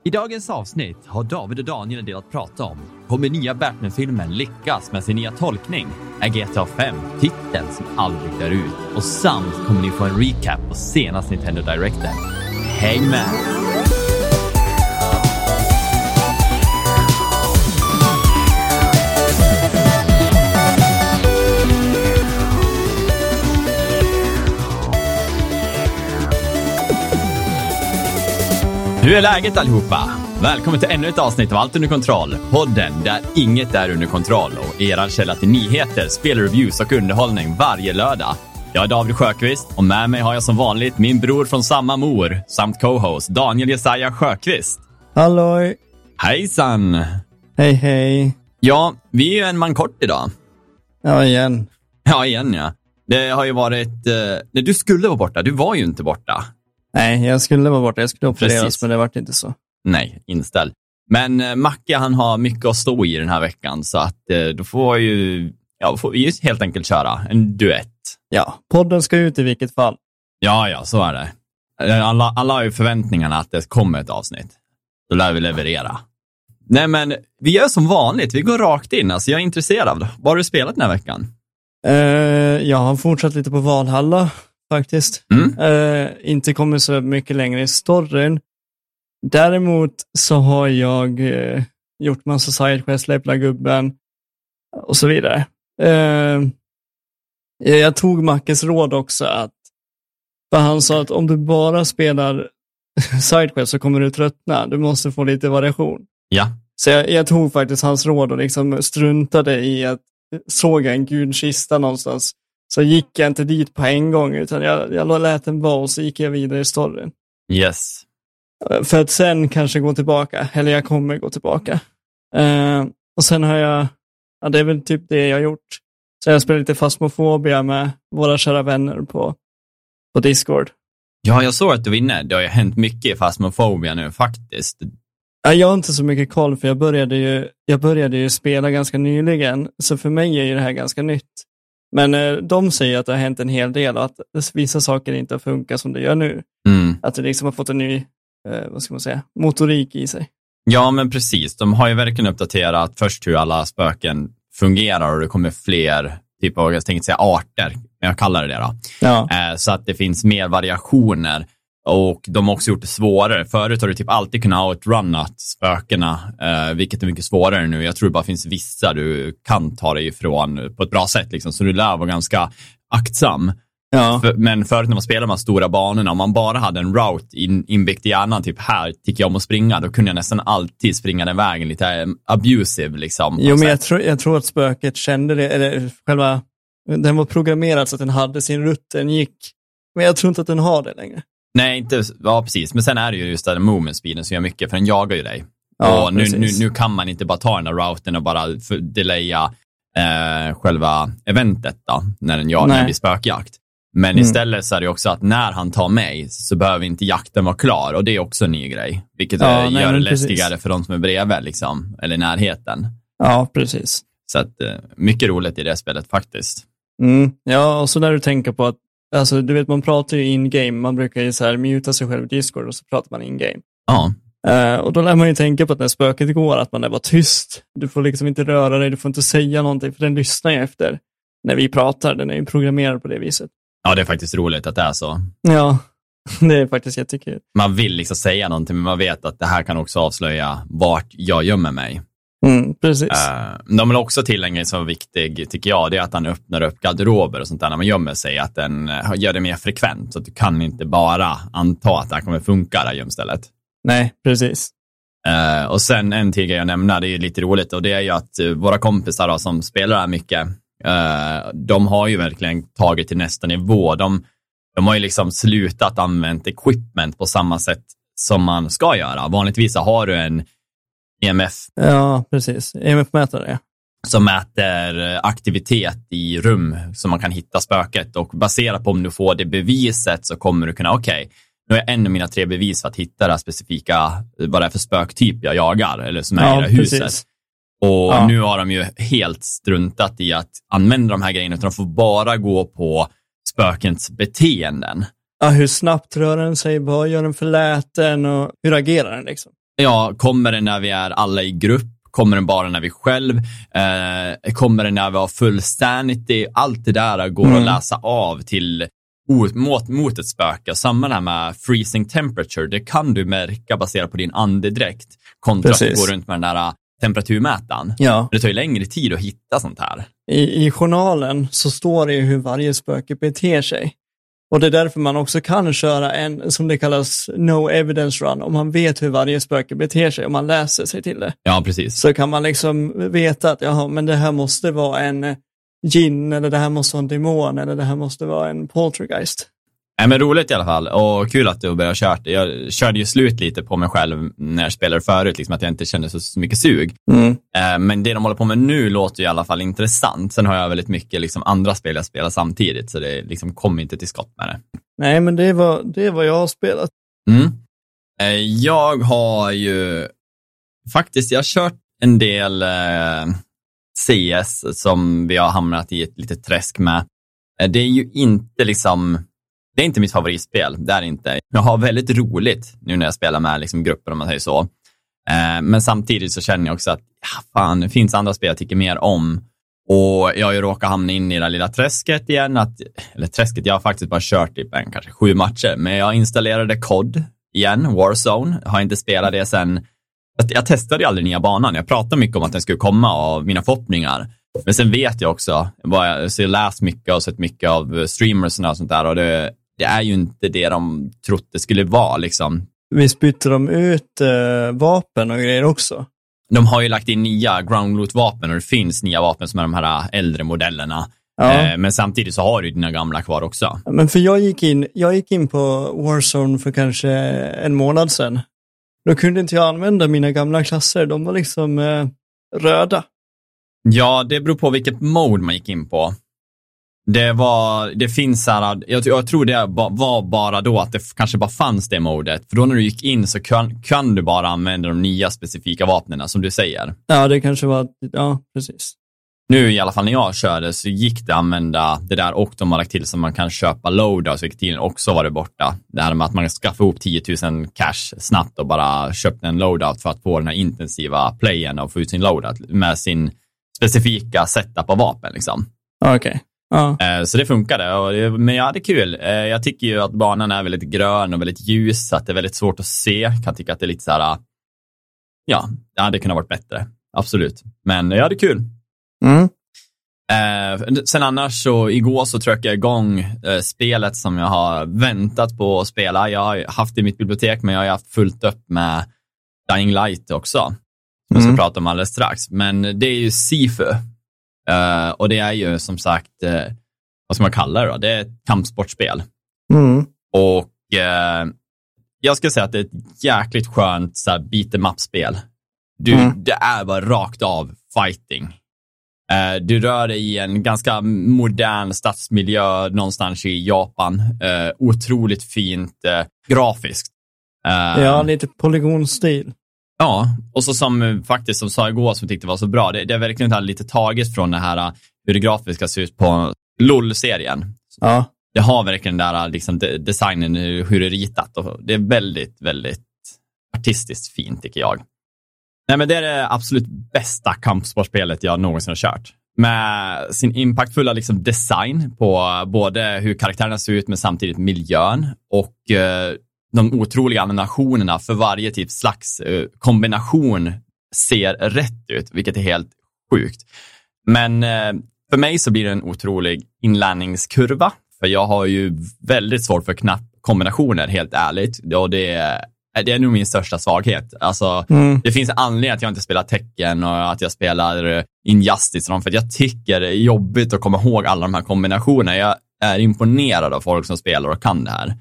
I dagens avsnitt har David och Daniel en del att prata om. Kommer nya Batman-filmen lyckas med sin nya tolkning? Är GTA 5 titeln som aldrig dör ut? Och samt kommer ni få en recap på senaste Nintendo Directen. Häng med! Hur är läget allihopa? Välkommen till ännu ett avsnitt av Allt under kontroll. Podden där inget är under kontroll och eran källa till nyheter, spelreviews och underhållning varje lördag. Jag är David Sjöqvist och med mig har jag som vanligt min bror från samma mor samt co-host Daniel Jesaja Sjöqvist. Halloj! Hejsan! Hej hej! Ja, vi är ju en man kort idag. Ja, igen. Ja, igen ja. Det har ju varit... när du skulle vara borta, du var ju inte borta. Nej, jag skulle vara borta. Jag skulle opereras, Precis. men det vart inte så. Nej, inställd. Men Macke, han har mycket att stå i den här veckan. Så att då får vi helt enkelt köra en duett. Ja, podden ska ut i vilket fall. Ja, så är det. Alla har ju förväntningarna att det kommer ett avsnitt. Då lär vi leverera. Nej, men vi gör som vanligt. Vi går rakt in. Alltså, jag är intresserad. Vad har du spelat den här veckan? Jag har fortsatt lite på Valhalla, faktiskt. Inte kommit så mycket längre i storyn. Däremot så har jag gjort massa sidequests, läppla gubben och så vidare. Jag tog Mackes råd också för han sa att om du bara spelar sidequests så kommer du tröttna. Du måste få lite variation. Ja. Så jag tog faktiskt hans råd och liksom struntade i att såg jag en gudkista någonstans så gick jag inte dit på en gång utan jag lät den vara och så gick jag vidare i storyn. Yes. För att sen kanske gå tillbaka. Eller jag kommer gå tillbaka. Och sen har jag... Ja, det är väl typ det jag har gjort. Så jag spelar lite Phasmophobia med våra kära vänner på Discord. Ja, jag såg att du var inne. Det har ju hänt mycket i Phasmophobia nu faktiskt. Ja, jag har inte så mycket koll för jag började ju spela ganska nyligen. Så för mig är ju det här ganska nytt. Men de säger att det har hänt en hel del och att vissa saker inte har funkat som det gör nu. Att det liksom har fått en ny... vad ska man säga, motorik i sig. Ja, men precis. De har ju verkligen uppdaterat först hur alla spöken fungerar och det kommer fler typ av, jag tänkte säga arter, men jag kallar det då. Ja. Så att det finns mer variationer och de har också gjort det svårare. Förut har du typ alltid kunnat outrunna spökena, vilket är mycket svårare nu. Jag tror det bara finns vissa du kan ta dig ifrån på ett bra sätt liksom, så du lär vara ganska aktsam. Ja. Men förut när man spelade de här stora banorna, om man bara hade en route inbyggt i hjärnan, typ här tycker jag om att springa, då kunde jag nästan alltid springa den vägen lite abusive liksom. Jo, men jag tror att spöket kände det, eller själva, den var programmerad så att den hade sin rutt, den gick, men jag tror inte att den har det längre. Nej, inte, ja precis, men sen är det ju just den movement speeden som gör mycket, för den jagar ju dig. Ja, och nu kan man inte bara ta den där routen och bara delaya själva eventet då, när den jagar vid spökjakt. Men istället så är det också att när han tar mig så behöver inte jakten vara klar. Och det är också en ny grej. Vilket gör det läskigare för de som är bredvid liksom, eller i närheten. Ja, precis. Så att mycket roligt i det spelet faktiskt. Ja, och så när du tänker på att alltså, du vet, man pratar ju in-game. Man brukar ju så här muta sig själv i Discord och så pratar man in-game. Ja. Och då lär man ju tänka på att när spöket går att man är bara tyst. Du får liksom inte röra dig, du får inte säga någonting för den lyssnar ju efter när vi pratar. Den är ju programmerad på det viset. Ja, det är faktiskt roligt att det är så. Ja, det är faktiskt jättekul. Man vill liksom säga någonting, men man vet att det här kan också avslöja vart jag gömmer mig. Precis. De är också till en grej som är viktig, tycker jag, det är att han öppnar upp garderober och sånt där när man gömmer sig, att den gör det mer frekvent, så att du kan inte bara anta att det här kommer funka, det här gömstället. Nej, precis. Och sen en till grej jag nämner, det är lite roligt, och det är ju att våra kompisar då, som spelar här mycket, de har ju verkligen tagit till nästa nivå. De har ju liksom slutat använda equipment på samma sätt som man ska göra. Vanligtvis har du en EMF. Ja, precis. EMF-mätare. Som mäter aktivitet i rum så man kan hitta spöket. Och baserat på om du får det beviset så kommer du kunna, okej, nu är en av mina 3 bevis för att hitta det här specifika, vad det är för spöktyp jag jagar eller som är i det huset. Precis. Och nu har de ju helt struntat i att använda de här grejerna, utan de får bara gå på spökens beteenden. Ja, hur snabbt rör den sig, vad gör den för läten och hur agerar den liksom? Ja, kommer det när vi är alla i grupp? Kommer den bara när vi själv? Kommer den när vi har full sanity? Allt det där går att läsa av till mot ett spöke. Samma där med freezing temperature. Det kan du märka baserat på din andedräkt kontra att gå runt med den där temperaturmätaren. Ja. Det tar ju längre tid att hitta sånt här. I journalen så står det ju hur varje spöke beter sig. Och det är därför man också kan köra en, som det kallas, no evidence run. Om man vet hur varje spöke beter sig, om man läser sig till det. Ja, precis. Så kan man liksom veta att jaha, men det här måste vara en djinn, eller det här måste vara en demon, eller det här måste vara en poltergeist. Nej, men roligt i alla fall. Och kul att du började köra. Jag körde ju slut lite på mig själv när jag spelade förut, liksom att jag inte kände så mycket sug. Men det de håller på med nu låter ju i alla fall intressant. Sen har jag väldigt mycket liksom andra spel jag spelar samtidigt, så det liksom kom inte till skott med det. Nej, men det är vad jag har spelat. Jag har ju faktiskt, jag har kört en del CS som vi har hamnat i ett litet träsk med. Det är ju inte liksom, det är inte mitt favoritspel, det är inte. Jag har väldigt roligt nu när jag spelar med liksom grupper, om man säger så. Men samtidigt så känner jag också att det finns andra spel jag tycker mer om. Och jag har ju råkat hamna in i det lilla träsket igen. Jag har faktiskt bara kört typ kanske 7 matcher. Men jag installerade COD igen, Warzone. Jag har inte spelat det sen. Jag testade ju aldrig nya banan. Jag pratade mycket om att den skulle komma av mina förhoppningar. Men sen vet jag också, så jag läst mycket och sett mycket av streamers och sånt där. Och det är ju inte det de trott det skulle vara liksom. Visst bytte de ut vapen och grejer också? De har ju lagt in nya ground loot-vapen och det finns nya vapen som är de här äldre modellerna. Ja. Men samtidigt så har du dina gamla kvar också. Men för jag gick in på Warzone för kanske en månad sedan. Då kunde inte jag använda mina gamla klasser. De var liksom röda. Ja, det beror på vilket mode man gick in på. Det finns här, jag tror det var bara då att det kanske bara fanns det modet. För då när du gick in så kan du bara använda de nya specifika vapnena som du säger. Ja, det kanske var, ja, precis. Nu i alla fall när jag körde så gick det att använda det där, och de har lagt till så man kan köpa loadout, så tiden också var det borta. Det här med att man ska få ihop 10 000 cash snabbt och bara köpa en loadout för att få den här intensiva playen och få ut sin loadout med sin specifika setup av vapen liksom. Okej. Ja. Så det funkade, men ja, det är kul. Jag tycker ju att banan är väldigt grön och väldigt ljus, så att det är väldigt svårt att se. Jag kan tycka att det är lite så här, ja, det kunde ha varit bättre. Absolut. Men ja, det är kul. Sen annars så igår så tryckte jag igång spelet som jag har väntat på att spela. Jag har haft det i mitt bibliotek, men jag har haft fullt upp med Dying Light också. Som jag ska prata om alldeles strax. Men det är ju Sifu. Och det är ju som sagt, vad ska man kalla det då? Det är ett kampsportspel. Och jag ska säga att det är ett jäkligt skönt så här, beat em up-spel. Det är bara rakt av fighting. Du rör dig i en ganska modern stadsmiljö någonstans i Japan. Otroligt fint grafiskt. Ja, lite polygonstil. Ja, och så som sa igår som tyckte var så bra. Det är verkligen lite taget från det här hur det grafiska ser ut på LOL-serien. Ja. Det har verkligen den där liksom, designen, hur det är ritat. Och det är väldigt, väldigt artistiskt fint tycker jag. Nej, men det är det absolut bästa kampsportspelet jag någonsin har kört. Med sin impactfulla liksom, design på både hur karaktärerna ser ut men samtidigt miljön och de otroliga animationerna för varje typ slags kombination ser rätt ut, vilket är helt sjukt. Men för mig så blir det en otrolig inlärningskurva, för jag har ju väldigt svårt för knappkombinationer, helt ärligt. Och det är nog min största svaghet. Alltså, det finns anledning att jag inte spelar Tekken och att jag spelar Injustice, för att jag tycker det är jobbigt att komma ihåg alla de här kombinationerna. Jag är imponerad av folk som spelar och kan det här.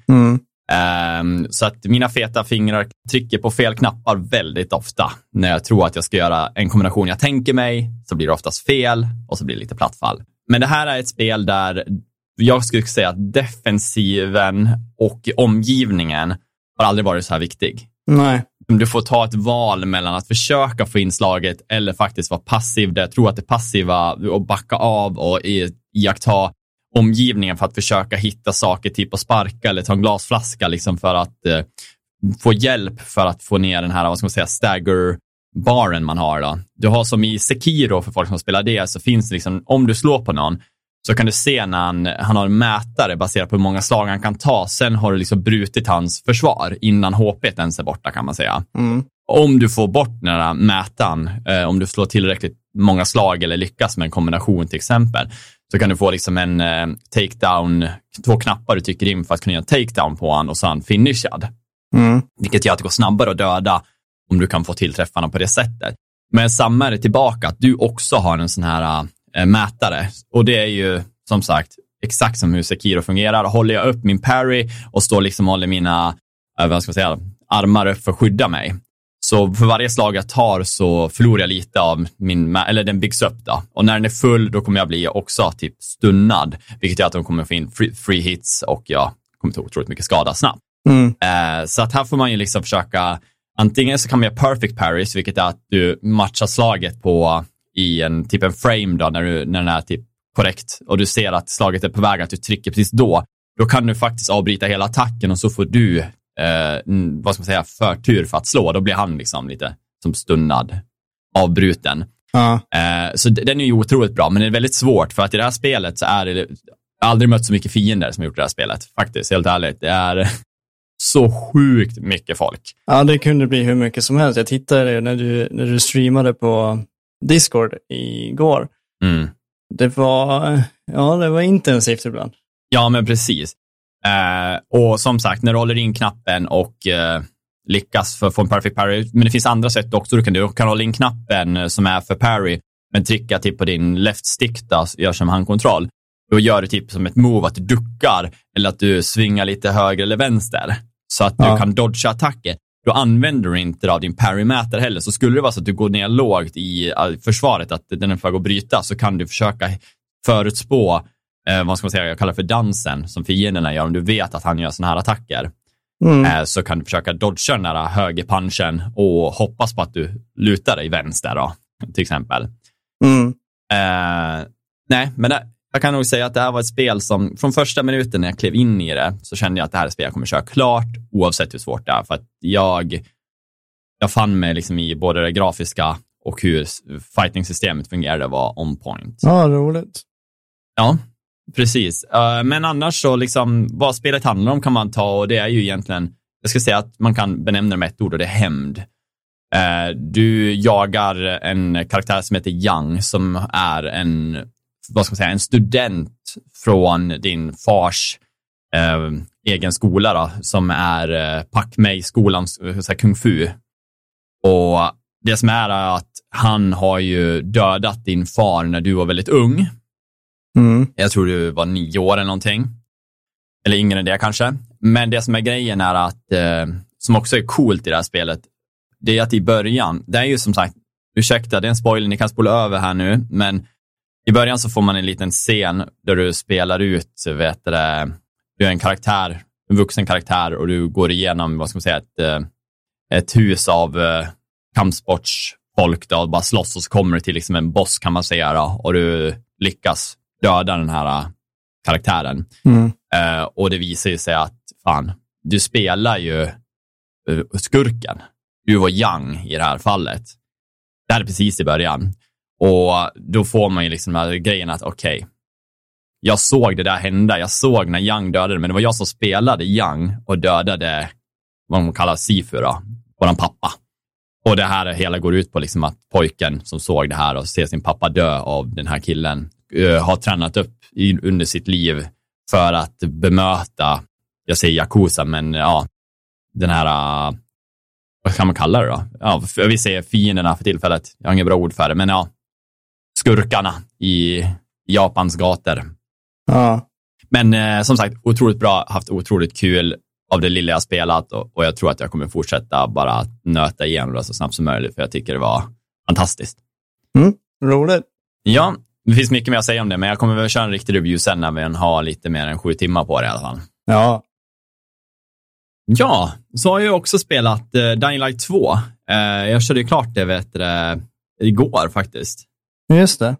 Så att mina feta fingrar trycker på fel knappar väldigt ofta. När jag tror att jag ska göra en kombination jag tänker mig, så blir det oftast fel och så blir det lite plattfall. Men det här är ett spel där jag skulle säga att defensiven och omgivningen har aldrig varit så här viktig. Nej. Du får ta ett val mellan att försöka få inslaget eller faktiskt vara passiv. Där jag tror att det passiva och backa av och iaktta omgivningen för att försöka hitta saker, typ att sparka eller ta en glasflaska liksom, för att få hjälp för att få ner den här, vad ska man säga, stagger-baren man har då. Du har som i Sekiro, för folk som spelar det, så finns det liksom, om du slår på någon så kan du se när han har en mätare baserat på hur många slag han kan ta. Sen har du liksom brutit hans försvar innan HP ens är borta, kan man säga. Om du får bort den här mätaren, om du slår tillräckligt många slag eller lyckas med en kombination till exempel, så kan du få liksom en takedown, 2 knappar du trycker in för att kunna göra takedown på han och så han finishad. Vilket gör att det går snabbare att döda om du kan få tillträffarna på det sättet. Men samma är det tillbaka, att du också har en sån här mätare. Och det är ju som sagt exakt som hur Sekiro fungerar. Håller jag upp min parry och står liksom och håller mina vad ska jag säga, armar upp för att skydda mig. Så för varje slag jag tar så förlorar jag lite av min, eller den byggs upp då. Och när den är full då kommer jag bli också typ stunnad. Vilket gör att de kommer få in free hits och jag kommer ta otroligt mycket skada snabbt. Så att här får man ju liksom försöka, antingen så kan man göra perfect parries, vilket är att du matchar slaget på i en typ en frame då, när den är typ korrekt och du ser att slaget är på väg, att du trycker precis då kan du faktiskt avbryta hela attacken och så får du vad ska man säga, förtur för att slå. Då blir han liksom lite som stunnad, avbruten. Så den är ju otroligt bra, men det är väldigt svårt för att i det här spelet så är det, jag har aldrig mött så mycket fiender som gjort det här spelet, faktiskt, helt ärligt. Det är så sjukt mycket folk. Ja, det kunde bli hur mycket som helst. Jag tittade när du streamade på Discord igår. Det var intensivt ibland. Ja, men precis. Och som sagt, när du håller in knappen och lyckas för att få en perfect parry, men det finns andra sätt också. Du kan hålla in knappen som är för parry, men trycka typ på din left stick då, gör som handkontroll. Då gör du typ som ett move att du duckar eller att du svingar lite höger eller vänster så att du kan dodga attacker. Då använder du inte av din parrymätare heller. Så skulle det vara så att du går ner lågt i försvaret, att den är för att gå och bryta, så kan du försöka förutspå vad ska man säga, jag kallar för dansen som fienderna gör. Om du vet att han gör såna här attacker så kan du försöka dodga den här högerpunchen och hoppas på att du lutar dig vänster då, till exempel. Nej, men jag kan nog säga att det här var ett spel som från första minuten när jag klev in i det så kände jag att det här spelet kommer köra klart oavsett hur svårt det är. För att jag fann mig liksom i både det grafiska och hur fighting-systemet fungerade var on point. Ja, roligt. Ja, precis. Men annars så liksom vad spelet handlar om kan man ta, och det är ju egentligen, jag ska säga att man kan benämna det med ett ord, och det är hämnd. Du jagar en karaktär som heter Yang som är en student från din fars egen skola då, som är Pak Mei-skolan, kung fu. Och det som är att han har ju dödat din far när du var väldigt ung. Jag tror du var 9 år eller någonting. Eller yngre än det kanske. Men det som är grejen är att som också är coolt i det här spelet, det är att i början, det är ju som sagt, ursäkta, det är en spoiler, ni kan spola över här nu, men i början så får man en liten scen där du spelar ut, du är en karaktär, en vuxen karaktär, och du går igenom, vad ska man säga, ett hus av kampsportsfolk då, och bara slåss, och så kommer du till liksom en boss, kan man säga då, och du lyckas döda den här karaktären. Och det visar ju sig att fan, du spelar ju skurken. Du var Yang i det här fallet. Det här är precis i början. Och då får man ju liksom den här grejen att okej, jag såg det där hända. Jag såg när Yang dödade, men det var jag som spelade Yang och dödade vad man kallar Sifu då, våran pappa. Och det här hela går ut på liksom att pojken som såg det här och ser sin pappa dö av den här killen har tränat upp under sitt liv för att bemöta, jag säger Yakuza, men ja, den här, vad kan man kalla det då? Ja, vi säger fienderna för tillfället. Jag har inga bra ord för det, men ja, skurkarna i Japans gator. Ja. Men som sagt, otroligt bra, haft otroligt kul av det lilla jag spelat, och jag tror att jag kommer fortsätta bara nöta igenom det så snabbt som möjligt, för jag tycker det var fantastiskt. Roligt. Ja, det finns mycket mer att säga om det, men jag kommer väl köra en riktig review sen när vi har lite mer än 7 timmar på det i alla fall. Ja. Ja, så har jag också spelat Dying Light 2. Jag körde ju klart det igår faktiskt. Just det.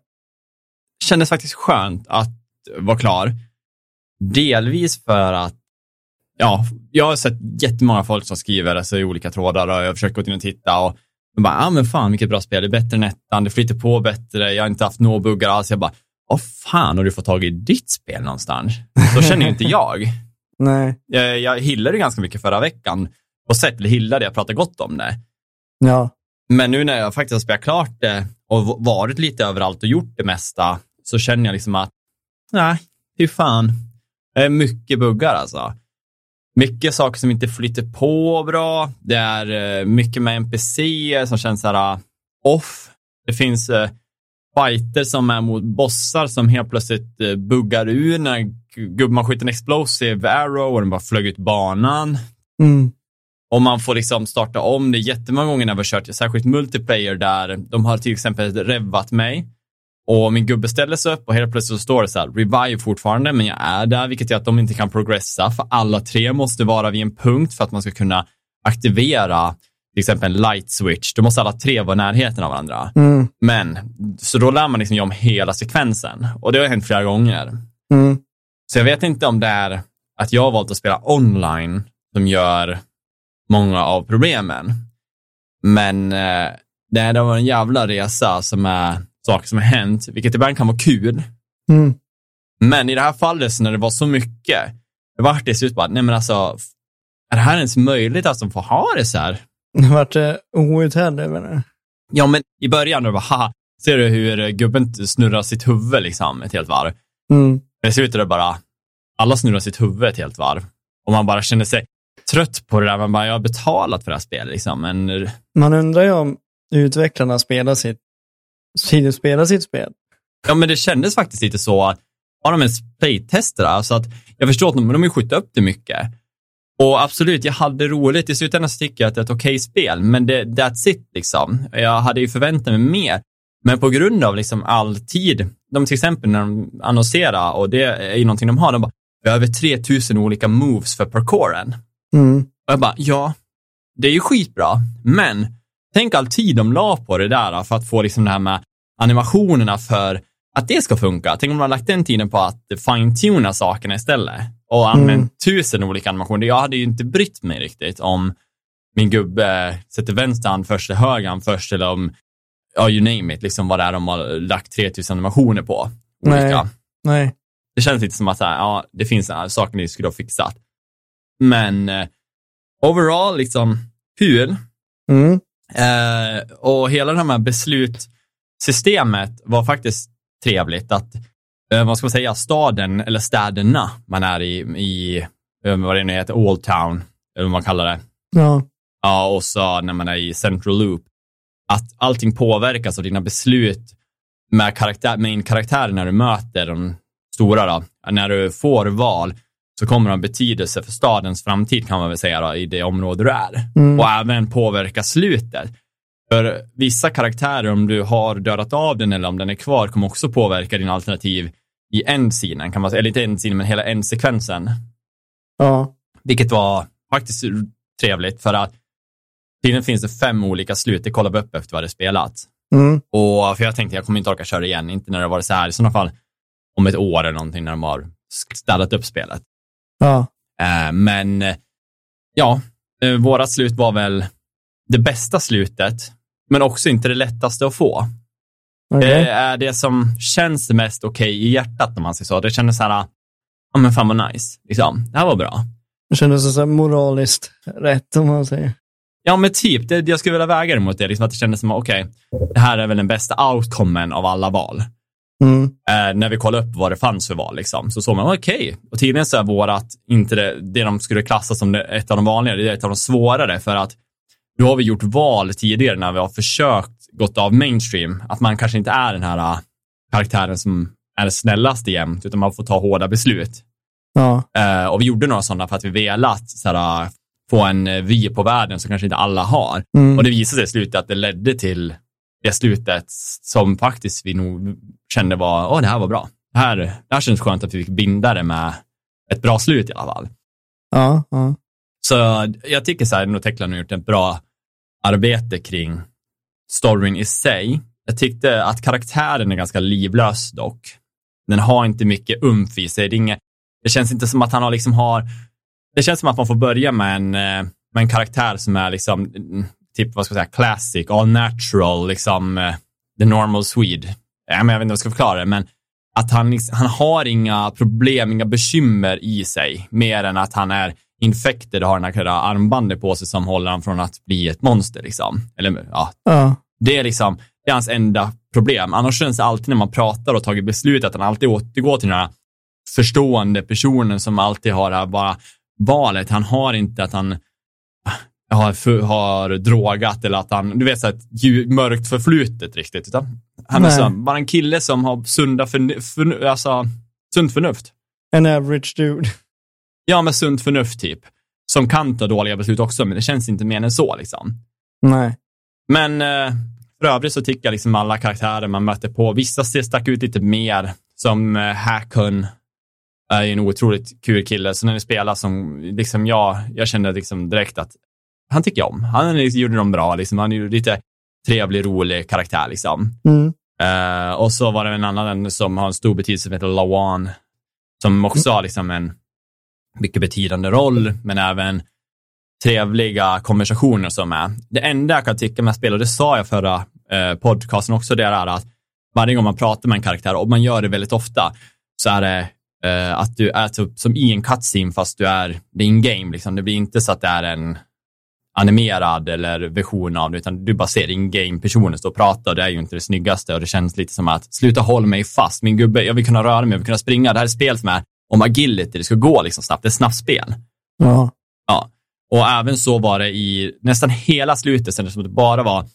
Kändes faktiskt skönt att vara klar. Delvis för att ja, jag har sett jättemånga folk som skriver alltså, i olika trådar och jag försöker gå in och titta och bara, men fan vilket bra spel, det är bättre än ettan, det flyter på bättre, jag har inte haft några buggar alls. Jag bara, vad fan har du fått tag i ditt spel någonstans? Så känner inte jag. Nej. Jag hyllade ganska mycket förra veckan och hyllade jag pratade gott om det. Ja. Men nu när jag faktiskt har spelat klart det och varit lite överallt och gjort det mesta så känner jag liksom att nej, hur fan. Det är mycket buggar alltså. Mycket saker som inte flyter på bra. Det är mycket med NPC som känns så här off. Det finns fighter som är mot bossar som helt plötsligt buggar ur när gubben skjuter en explosive arrow och den bara flög ut banan. Mm. Och man får liksom starta om det jättemånga gånger när vi har kört särskilt multiplayer där de har till exempel revvat mig och min gubbe ställer sig upp och helt plötsligt så står det så här revive fortfarande men jag är där vilket gör att de inte kan progressa för alla tre måste vara vid en punkt för att man ska kunna aktivera till exempel en light switch. Då måste alla tre vara i närheten av varandra. Mm. Men så då lär man liksom om hela sekvensen och det har hänt flera gånger. Mm. Så jag vet inte om det är att jag har valt att spela online som gör många av problemen. Men det var en jävla resa som är saker som har hänt, vilket ibland kan vara kul. Mm. Men i det här fallet så när det var så mycket, det var det slut bara, nej men alltså, är det här ens möjligt att de får ha det så här? Det vart outhärdligt med det. Ja, men i början då bara, haha, ser du hur gubben snurrar sitt huvud liksom ett helt varv? Mm. Det slutade bara, alla snurrar sitt huvud ett helt varv. Och man bara känner sig trött på det där. Man bara, jag har betalat för det här spelet liksom. Men man undrar ju om utvecklarna spelar sitt spel. Ja, men det kändes faktiskt lite så att har de ens playtester, alltså att jag förstår att de har skjutit upp det mycket. Och absolut, jag hade roligt. I slutändan så tycker jag att det är ett okej spel. Men that's it liksom. Jag hade ju förväntat mig mer. Men på grund av liksom all tid, de till exempel när de annonserar, och det är ju någonting de har, de bara, vi har över 3000 olika moves för parkouren. Mm. Och jag bara, ja, det är ju skitbra. Men tänk all tid de la på det där för att få liksom det här med animationerna för att det ska funka. Tänk om de har lagt den tiden på att fine-tuna sakerna istället. Och använt 1000 olika animationer. Jag hade ju inte brytt mig riktigt om min gubbe sätter vänster hand först eller höger hand först eller om, ja, you name it, liksom vad det är de har lagt 3000 animationer på. Olika. Nej. Det känns lite som att ja, det finns saker ni skulle ha fixat. Men overall liksom kul. Mm. Och hela det här beslutsystemet var faktiskt trevligt. Att vad ska man säga, staden eller städerna man är i vad det nu heter, Old Town eller vad man kallar det. Ja. Ja, och så när man är i Central Loop, att allting påverkas av dina beslut med karaktärer när du möter de stora då. När du får val så kommer det ha betydelse för stadens framtid, kan man väl säga då, i det område du är. Mm. Och även påverka slutet. För vissa karaktärer, om du har dödat av den eller om den är kvar, kommer också påverka din alternativ i endscenen, kan man säga. Eller inte endscenen, men hela endsekvensen. Ja. Vilket var faktiskt trevligt, för att tydligen finns det 5 olika slut. Det kollar vi upp efter vad det spelat. Mm. Och för jag tänkte jag kommer inte orka köra igen. Inte när det var så här. I sådana fall om ett år eller någonting när de har städat upp spelet. Ja. Men ja, våra slut var väl det bästa slutet, men också inte det lättaste att få. Okay. Det är det som känns mest okej i hjärtat, när man säger så. Det kändes så här, ja men fan vad nice. Liksom. Det här var bra. Det kändes så här moraliskt rätt, om man säger. Ja, men typ. Jag skulle vilja väga det mot det. Liksom att det kändes som, okej, det här är väl den bästa outcomen av alla val. Mm. När vi kollade upp vad det fanns för val. Liksom. Så såg man, okej. Och tydligen så är vårat inte det de skulle klassa som ett av de vanliga. Det är ett av de svårare, för att då har vi gjort val tidigare när vi har försökt gått av mainstream. Att man kanske inte är den här karaktären som är snällast jämt, utan man får ta hårda beslut. Ja. Och vi gjorde några sådana för att vi velat såhär, få en vy på världen som kanske inte alla har. Mm. Och det visade sig i slutet att det ledde till det slutet som faktiskt vi nog kände var, det här var bra. Det här känns skönt att vi fick binda det med ett bra slut i alla fall. Ja, ja. Så jag tycker så här, Noteclan har gjort ett bra arbete kring storyn i sig. Jag tyckte att karaktären är ganska livlös dock. Den har inte mycket umf i sig. Det känns inte som att han har det känns som att man får börja med en karaktär som är liksom typ, vad ska jag säga, classic, all natural, liksom the normal Swede. Jag vet inte vad jag ska förklara det, men att han har inga problem, inga bekymmer i sig, mer än att han är infected och har den här armbandet på sig som håller han från att bli ett monster liksom. Eller ja. Det är liksom, det är hans enda problem. Annars känns det alltid när man pratar och tagit beslut att han alltid återgår till den här förstående personen som alltid har det här bara valet. Han har inte att han har drogat eller att han, du vet, så ett mörkt förflutet riktigt, utan han är så, bara en kille som har sunt förnuft. En average dude. Ja, med sunt förnuft typ. Som kan ta dåliga beslut också, men det känns inte mer än så liksom. Nej. Men för övrigt så tycker jag liksom alla karaktärer man möter på, vissa stack ut lite mer, som Hakon är en otroligt kul kille. Så när ni spelar som liksom jag kände liksom direkt att han tycker jag om. Han gjorde dem bra liksom. Han är lite trevlig, rolig karaktär liksom. Och så var det en annan som har en stor betydelse som heter Lawan, som också har liksom en mycket betydande roll, men även trevliga konversationer som är. Det enda jag kan tycka med spel, och det sa jag förra podcasten också, det är att varje gång man pratar med en karaktär, och man gör det väldigt ofta, så är det att du är typ som i en cutscene fast det är in-game liksom. Det blir inte så att det är en animerad eller version av det, utan du bara ser in-game personen stå och prata, och det är ju inte det snyggaste, och det känns lite som att sluta hålla mig fast, min gubbe, jag vill kunna röra mig, jag vill kunna springa. Det här är spel som är om agility, det ska gå liksom snabbt, det är snabbt spel. Ja. Och även så var det i nästan hela slutet, sen som det bara var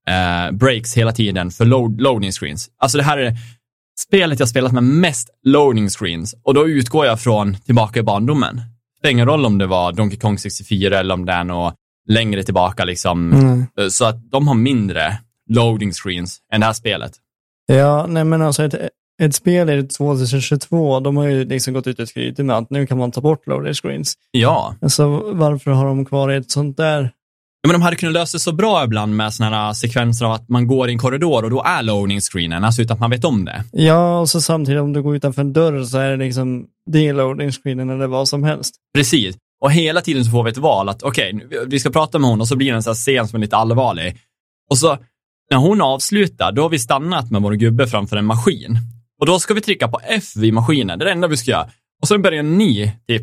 breaks hela tiden för loading screens. Alltså det här är spelet jag spelat med mest loading screens, och då utgår jag från tillbaka i barndomen. Det är ingen roll om det var Donkey Kong 64 eller om det är något längre tillbaka liksom. Så att de har mindre loading screens än det här spelet. Ja, nej men alltså ett spel är 2022, de har ju liksom gått ut och skrytit med att nu kan man ta bort loading screens. Ja. Alltså varför har de kvar ett sånt där? Ja, men de hade kunnat lösa det så bra ibland med såna här sekvenser av att man går i en korridor och då är loading screenen, alltså utan att man vet om det. Ja, och så samtidigt om du går utanför en dörr så är det liksom det loading screenen eller vad som helst. Precis. Och hela tiden så får vi ett val att okej, vi ska prata med hon, och så blir det en sån här scen som är lite allvarlig. Och så när hon avslutar, då har vi stannat med vår gubbe framför en maskin. Och då ska vi trycka på F vid maskinen, det är det enda vi ska göra. Och så börjar ni typ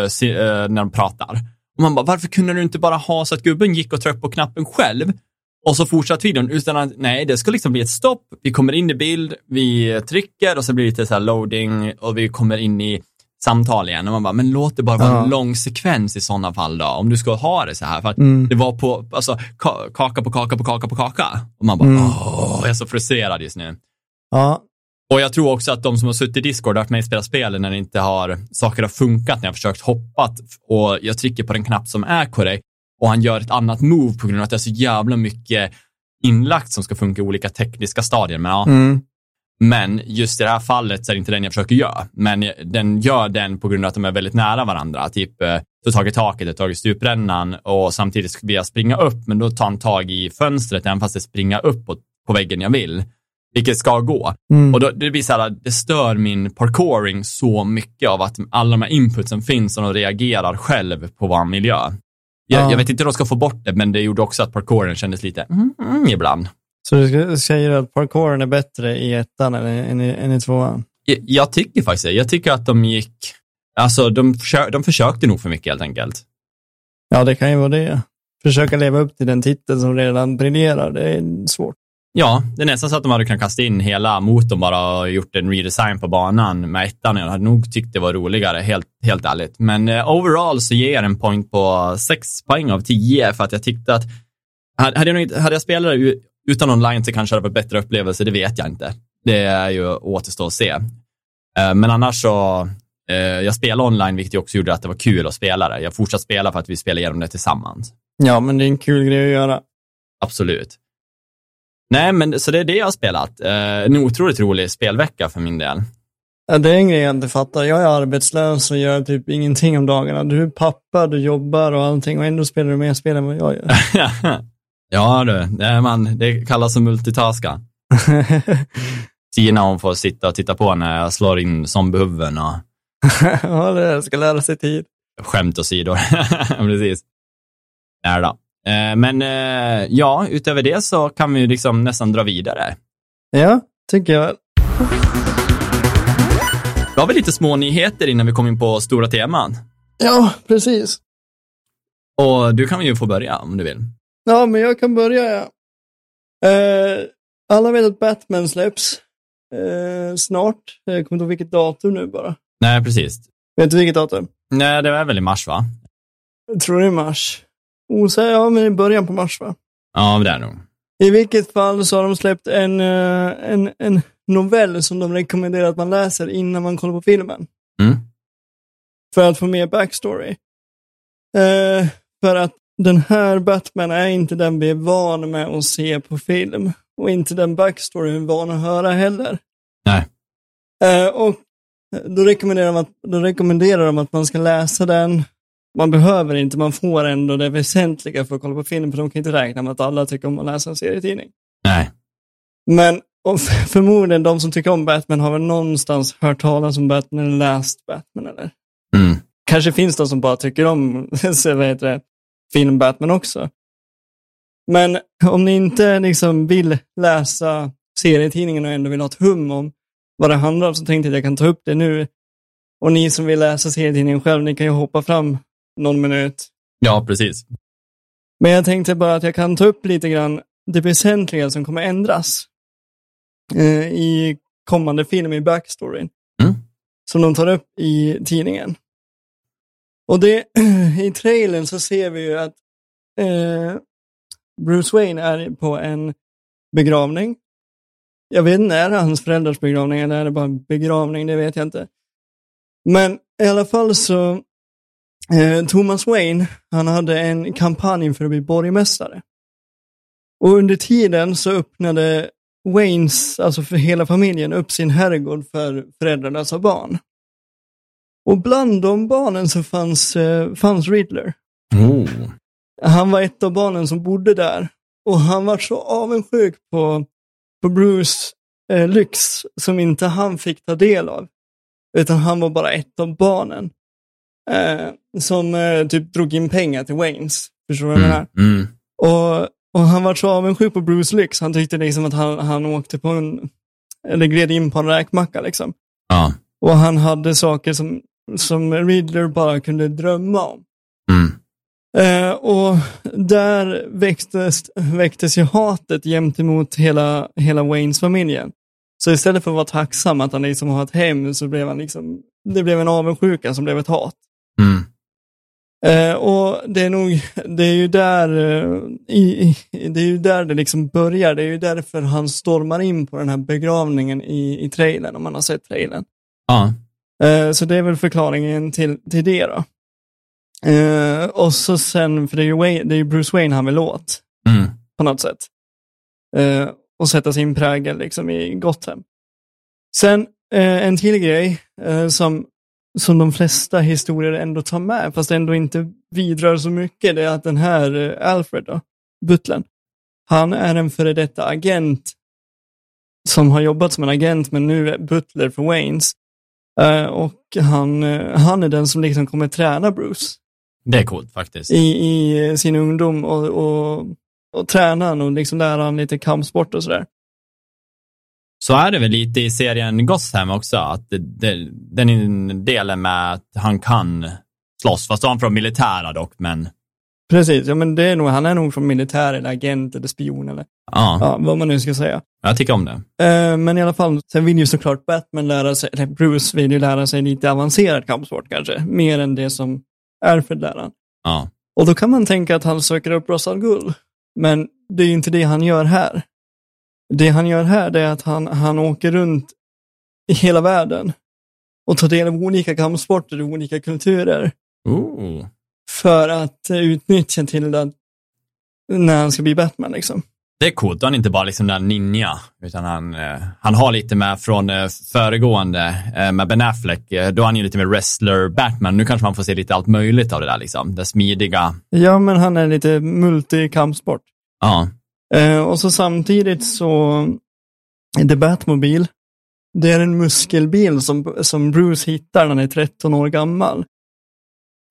när de pratar. Och man bara, varför kunde du inte bara ha så att gubben gick och tryckte på knappen själv? Och så fortsatt videon utan att, nej, det ska liksom bli ett stopp. Vi kommer in i bild, vi trycker och så blir det lite så här loading och vi kommer in i samtal igen. Och man bara, men låt det bara vara en lång sekvens i sådana fall då. Om du ska ha det så här. För att det var på, alltså, kaka på kaka på kaka på kaka. Och man bara, jag är så frustrerad just nu. Ja. Och jag tror också att de som har suttit i Discord har haft mig spela spelen när det inte har, saker har funkat, när jag har försökt hoppat och jag trycker på den knapp som är korrekt och han gör ett annat move på grund av att det är så jävla mycket inlagt som ska funka i olika tekniska stadier. Men, men just i det här fallet så är det inte den jag försöker göra. Men den gör den på grund av att de är väldigt nära varandra. Typ, du har tagit taket, du har tagit stuprännan och samtidigt vill jag springa upp, men då tar han tag i fönstret även fast det springer upp på väggen jag vill. Vilket ska gå. Och då, det blir så här, det stör min parkouring så mycket av att alla de här inputsen finns och de reagerar själv på vår miljö. Jag vet inte hur de ska få bort det, men det gjorde också att parkouren kändes lite ibland. Så du säger att parkouren är bättre i ettan än i tvåan? Jag tycker faktiskt det. Jag tycker att de gick, alltså de försökte nog för mycket helt enkelt. Ja, det kan ju vara det. Försöka leva upp till den titeln som redan briljerar, det är svårt. Ja, det är nästan så att de hade kunnat kasta in hela motorn bara och gjort en redesign på banan med ettan. Jag hade nog tyckt det var roligare, helt ärligt. Men overall så ger jag en poäng på 6 poäng av 10 för att jag tyckte att hade jag spelat det utan online så kanske det var bättre upplevelse, det vet jag inte. Det är ju återstå att se. Men annars så, jag spelade online vilket också gjorde att det var kul att spela det. Jag fortsatte spela för att vi spelade igenom det tillsammans. Ja, men det är en kul grej att göra. Absolut. Nej, men så det är det jag har spelat. En otroligt rolig spelvecka för min del. Ja, det är en grej jag inte fattar. Jag är arbetslös och gör typ ingenting om dagarna. Du är pappa, du jobbar och allting och ändå spelar du mer spel än vad jag gör. Ja du, det kallas som multitaska. Tina hon får sitta och titta på när jag slår in zombiehuven och... Ja, det ska lära sig tid. Skämt åsido. Precis. Nej då. Men ja, utöver det så kan vi ju liksom nästan dra vidare. Ja, tycker jag. Då har vi lite små nyheter innan vi kommer in på stora teman. Ja, precis. Och du kan ju få börja om du vill. Ja, men jag kan börja, ja. Alla vet att Batman släpps snart. Jag kommer inte ihåg vilket datum nu bara. Nej, precis. Vet du vilket datum? Nej, det var väl i mars, va? Jag tror det är mars. Ja, men i början på mars, va? Ja, det är nog. I vilket fall så har de släppt en novell som de rekommenderar att man läser innan man kollar på filmen. Mm. För att få mer backstory. För att den här Batman är inte den vi är van med att se på film. Och inte den backstory vi är van att höra heller. Nej. Och då rekommenderar de att man ska läsa den. Man behöver inte, man får ändå det väsentliga för att kolla på film. För de kan inte räkna med att alla tycker om att läsa en serietidning. Nej. Men förmodligen de som tycker om Batman har väl någonstans hört talas om Batman eller läst Batman, eller? Mm. Kanske finns det som bara tycker om film Batman också. Men om ni inte liksom vill läsa serietidningen och ändå vill ha ett hum om vad det handlar om, så tänkte jag att jag kan ta upp det nu. Och ni som vill läsa serietidningen själv, ni kan ju hoppa fram någon minut. Ja, precis. Men jag tänkte bara att jag kan ta upp lite grann det väsentliga som kommer ändras i kommande film i backstoryn. Mm. Som de tar upp i tidningen. Och det, i trailern så ser vi ju att Bruce Wayne är på en begravning. Jag vet inte, är det hans föräldrars begravning eller är det bara en begravning, det vet jag inte. Men i alla fall så Thomas Wayne, han hade en kampanj för att bli borgmästare. Och under tiden så öppnade Waynes, alltså för hela familjen, upp sin herrgård för föräldralösa barn. Och bland de barnen så fanns Riddler. Oh. Han var ett av barnen som bodde där. Och han var så avundsjuk på Bruce lyx som inte han fick ta del av. Utan han var bara ett av barnen. Som typ drog in pengar till Waynes. Förstår du vad jag menar? Mm. Och han var så avundsjuk på Bruce lyx. Han tyckte liksom att han åkte på eller gled in på en räkmacka liksom. Ja. Och han hade saker som Riddler bara kunde drömma om. Mm. Och där väcktes ju hatet gentemot hela Waynes familjen. Så istället för att vara tacksam att han liksom har ett hem, så blev han liksom, det blev en avundsjuka som blev ett hat. Mm. Och det är ju där det liksom börjar. Det är ju därför han stormar in på den här begravningen i trailern, om man har sett trailern. Ja. Så det är väl förklaringen till det då. Och så sen, för det är ju Bruce Wayne han vill åt. Mm. På något sätt. Och sätta sin prägel liksom i Gotham. Sen en till grej som de flesta historier ändå tar med, fast ändå inte vidrör så mycket, det är att den här Alfred då, butlern, han är en före detta agent som har jobbat som en agent, men nu är butler för Waynes. Och han är den som liksom kommer träna Bruce. Det är coolt faktiskt. I sin ungdom och träna han och liksom lära han lite kampsport och sådär. Så är det väl lite i serien Gotham också, att den delen med att han kan slåss, fast han är från militära dock, men... Precis, ja, men han är nog från militär eller agent eller spion eller ja, vad man nu ska säga. Jag tycker om det. Men i alla fall, sen vill ju såklart Batman lära sig, eller Bruce vill ju lära sig lite avancerad kampsport kanske, mer än det som Alfred lär han. Ja. Och då kan man tänka att han söker upp Ra's al Ghul, men det är ju inte det han gör här. Det han gör här, det är att han åker runt i hela världen och tar del av olika kampsporter och olika kulturer. För att utnyttja till att när han ska bli Batman liksom. Det är coolt, han är inte bara liksom den ninja, utan han har lite med från föregående med Ben Affleck, då är han ju lite med wrestler Batman. Nu kanske man får se lite allt möjligt av det där liksom, det smidiga. Ja, men han är lite multikampsport. Ja. Och så samtidigt så är det Batmobil. Det är en muskelbil som Bruce hittar när han är 13 år gammal.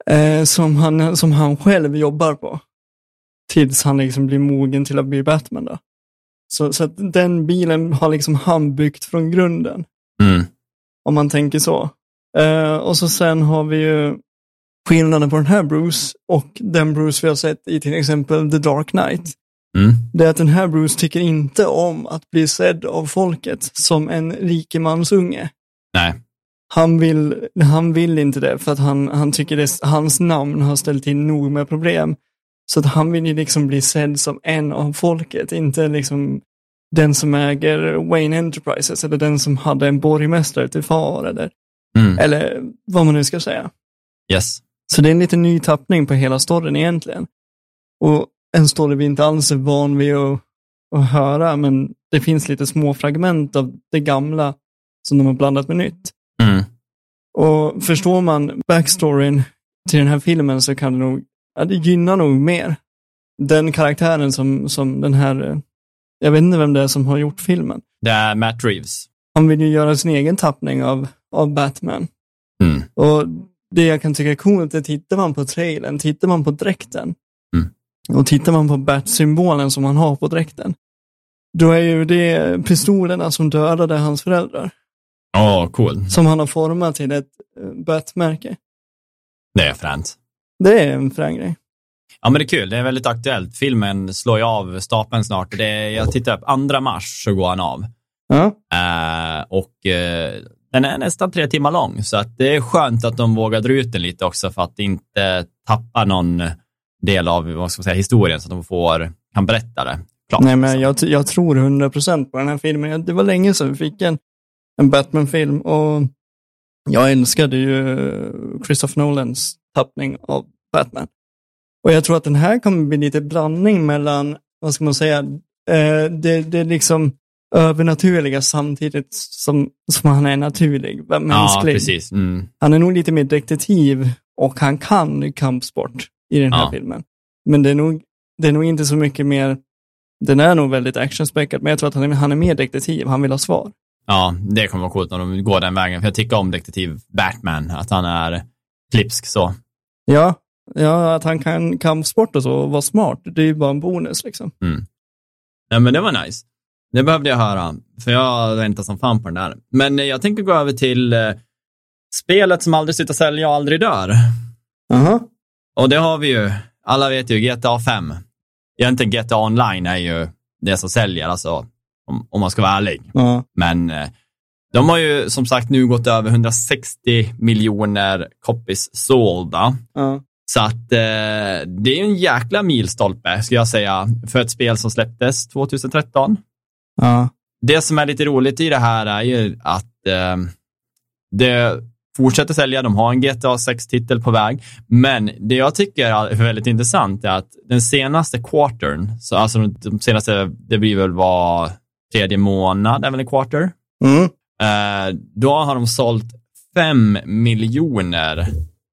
som han själv jobbar på. Tills han liksom blir mogen till att bli Batman då. Så att den bilen har liksom han byggt från grunden. Om man tänker så. Och så sen har vi ju skillnaden på den här Bruce och den Bruce vi har sett i till exempel The Dark Knight. Det är att den här Bruce tycker inte om att bli sedd av folket som en rikemansunge. Nej. Han vill inte det för att han tycker hans namn har ställt till nog med problem. Så att han vill ju liksom bli sedd som en av folket, inte liksom den som äger Wayne Enterprises eller den som hade en borgmästare till far eller vad man nu ska säga. Yes. Så det är en lite ny tappning på hela storyn egentligen. Och en story vi inte alls är van vid att höra, men det finns lite små fragment av det gamla som de har blandat med nytt. Och förstår man backstoryn till den här filmen så kan det nog, det gynnar nog mer den karaktären som den här, jag vet inte vem det är som har gjort filmen. Det är Matt Reeves. Han vill ju göra sin egen tappning av Batman. Och det jag kan tycka är coolt är tittar man på trailern, tittar man på dräkten och tittar man på Bat-symbolen som han har på dräkten, då är ju det pistolerna som dödade hans föräldrar. Cool. Som han har format till ett Bat-märke. Det är fränt. Det är en frän grej. Ja, men det är kul. Det är väldigt aktuellt. Filmen slår ju av stapeln snart. Jag tittar upp 2 mars så går han av. Den är nästan 3 timmar lång. Så att det är skönt att de vågar dra ut den lite också för att inte tappa någon del av vad ska man säga, historien så att de kan berätta det. Klart, nej, men jag tror 100% på den här filmen. Det var länge sedan vi fick en Batman-film och jag älskade ju Christopher Nolans tappning av Batman. Och jag tror att den här kommer bli lite blandning mellan, vad ska man säga, det är liksom övernaturliga samtidigt som han är naturlig, mänsklig. Ja, precis. Han är nog lite mer detektiv och han kan kampsport i den här filmen. Men det är nog inte så mycket mer, den är nog väldigt actionspäckad, men jag tror att han är mer detektiv, han vill ha svar. Ja, det kommer vara coolt när de går den vägen, för jag tycker om detektiv Batman, att han är klipsk så. Ja, att han kan kampsport och så och vara smart, det är ju bara en bonus liksom. Ja, men det var nice. Det behövde jag höra, för jag väntar som fan på den där. Men jag tänker gå över till spelet som aldrig slutar sälja och aldrig dör. Och det har vi ju, alla vet ju, GTA 5. Egentligen GTA Online är ju det som säljer, alltså om man ska vara ärlig. Men de har ju som sagt nu gått över 160 miljoner copies sålda. Så att det är en jäkla milstolpe, ska jag säga, för ett spel som släpptes 2013. Det som är lite roligt i det här är ju att det fortsätter sälja. De har en GTA 6-titel på väg. Men det jag tycker är väldigt intressant är att den senaste quartern, så alltså de senaste, det blir väl var 3:e månad, är väl en quarter. Då har de sålt 5 miljoner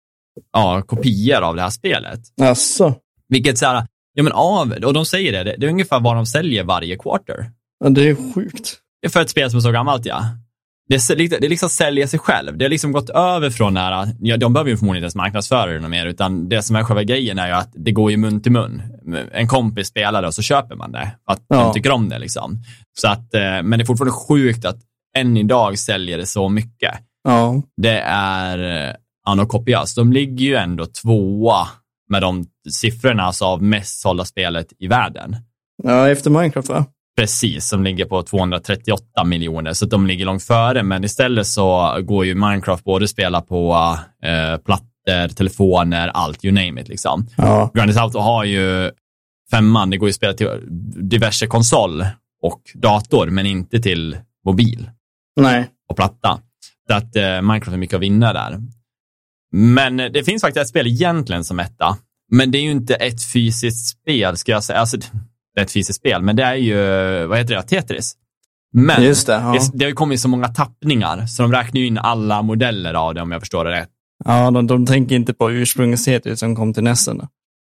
kopior av det här spelet. Asså. Vilket så här, och de säger det är ungefär vad de säljer varje quarter. Ja, det är sjukt. Det är för ett spel som är så gammalt, Det liksom säljer sig själv. Det har liksom gått över från de behöver ju förmodligen inte ens marknadsföra det mer, utan det som är själva grejen är ju att det går ju mun till mun. En kompis spelar det och så köper man det. Att de tycker om det liksom. Så att, men det är fortfarande sjukt att än idag säljer det så mycket. Det är Anokopias. De ligger ju ändå 2:a med de siffrorna alltså av mest sålda spelet i världen. Ja, efter Minecraft va? Precis, som ligger på 238 miljoner. Så de ligger långt före. Men istället så går ju Minecraft både spela på plattor, telefoner, allt, you name it liksom. Grand Theft Auto har ju 5:an, det går ju att spela till diverse konsol och dator, men inte till mobil. Nej. Och platta. Så att Minecraft är mycket att vinna där. Men det finns faktiskt ett spel egentligen som etta. Men det är ju inte ett fysiskt spel, ska jag säga. Alltså, det är ett fysiskt spel, men det är ju, vad heter det, Tetris. Men just det har ju kommit så många tappningar, så de räknar ju in alla modeller av det, om jag förstår det rätt. Ja, de tänker inte på ursprungens Tetris som kom till nästan.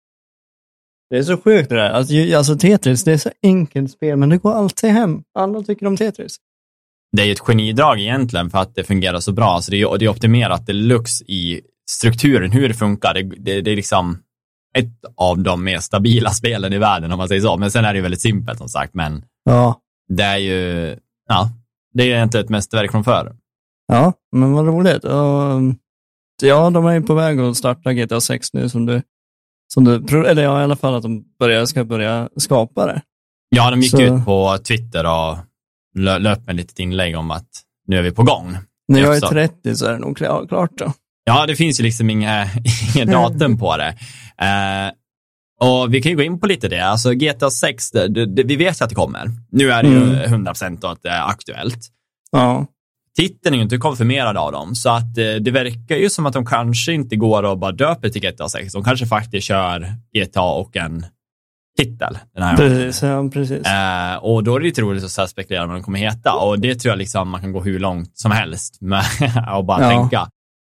Det är så sjukt det där. Alltså Tetris, det är så enkelt spel, men det går alltid hem. Alla tycker om Tetris. Det är ju ett genidrag egentligen för att det fungerar så bra. Så det är optimerat deluxe i strukturen, hur det funkar, det är liksom ett av de mer stabila spelen i världen om man säger så. Men sen är det ju väldigt simpelt som sagt, men det är ju, det är inte ett mästerverk från förr. Ja, men vad roligt. Ja, de är ju på väg att starta GTA 6 nu eller ja, i alla fall att de ska börja skapa det. Ja, de gick ut på Twitter och löp med litet inlägg om att nu är vi på gång. När jag är 30 så är det nog klart då. Ja, det finns ju liksom inga datum på det. Och vi kan ju gå in på lite det. Alltså GTA 6, vi vet att det kommer. Nu är det ju 100% att det är aktuellt. Ja. Titeln är ju inte konfirmerad av dem. Så att det verkar ju som att de kanske inte går och bara döper till GTA 6. De kanske faktiskt kör GTA och en titel. Den här precis. Och då är det lite roligt att så spekulera vad den kommer heta. Och det tror jag liksom man kan gå hur långt som helst med och bara tänka.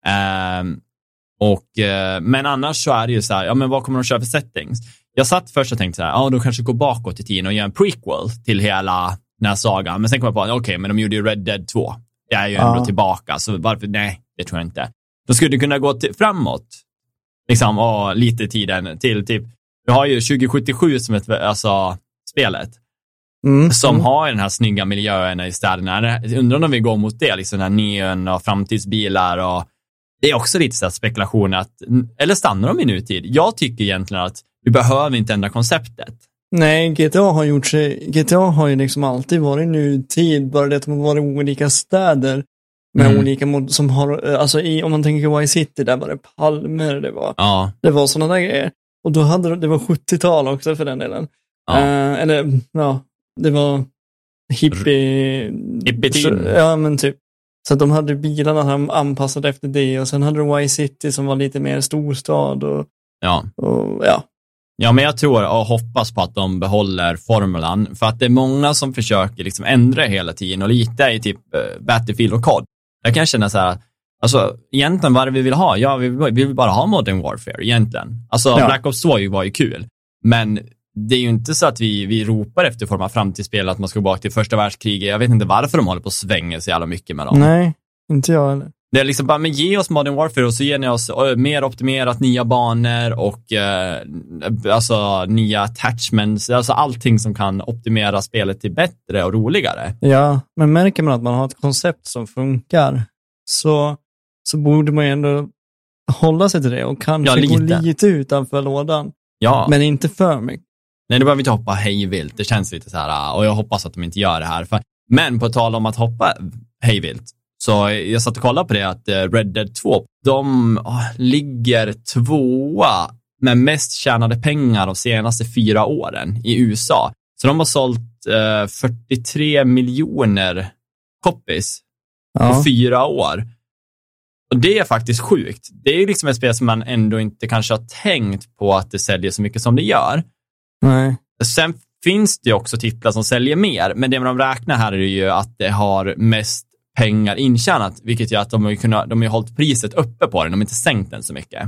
Men annars så är det ju så här, ja men vad kommer de köra för settings? Jag satt först och tänkte så här, då kanske gå bakåt i tiden och göra en prequel till hela den här sagan. Men sen kom jag på, okej, men de gjorde ju Red Dead 2. Det är ju ändå tillbaka, så varför? Nej, det tror jag inte. De skulle kunna gå framåt, liksom, och lite tiden till typ, vi har ju 2077 som ett, alltså spelet, som har den här snygga miljöerna i städerna. Undrar om vi går mot det, liksom den här neon och framtidsbilar, och det är också lite så här spekulation att, eller stannar de i nutid? Jag tycker egentligen att vi behöver inte ändra konceptet. Nej, GTA har ju liksom alltid varit nutid, bara det att de har varit olika städer med olika som har, alltså om man tänker Vice City, där var det palmer, det var sådana där grejer. Och då det var 70-tal också för den delen. Det var hippie-tid. Ja, men typ. Så att de hade bilarna anpassade efter det, och sen hade de Vice City som var lite mer storstad och Ja, men jag tror och hoppas på att de behåller formulan, för att det är många som försöker liksom ändra hela tiden, och lite i typ Battlefield och COD. Jag kan känna så här, alltså egentligen vad vi vill ha, vi vill bara ha Modern Warfare egentligen. Alltså Black Ops 2 var ju kul, men det är ju inte så att vi ropar efter form av framtidsspel att man ska gå bak till första världskriget. Jag vet inte varför de håller på att svänga så jävla mycket med dem. Nej, inte jag heller. Det är liksom bara, men ge oss Modern Warfare och så ger ni oss mer optimerat, nya banor och alltså nya attachments, alltså allting som kan optimera spelet till bättre och roligare. Ja, men märker man att man har ett koncept som funkar, så borde man ju ändå hålla sig till det och kanske gå lite utanför lådan. Ja. Men inte för mycket. Nej, det behöver vi inte hoppa hejvilt. Det känns lite så här, och jag hoppas att de inte gör det här. Men på tal om att hoppa hejvilt, så jag satt och kollade på det att Red Dead 2, de ligger 2:a med mest tjänade pengar de senaste 4 åren i USA. Så de har sålt 43 miljoner copies på 4 år. Och det är faktiskt sjukt. Det är liksom ett spel som man ändå inte kanske har tänkt på att det säljer så mycket som det gör. Nej. Sen finns det också titlar som säljer mer, men det de räknar här är ju att det har mest pengar intjänat, vilket gör att de har hållit priset uppe på den, de har inte sänkt den så mycket.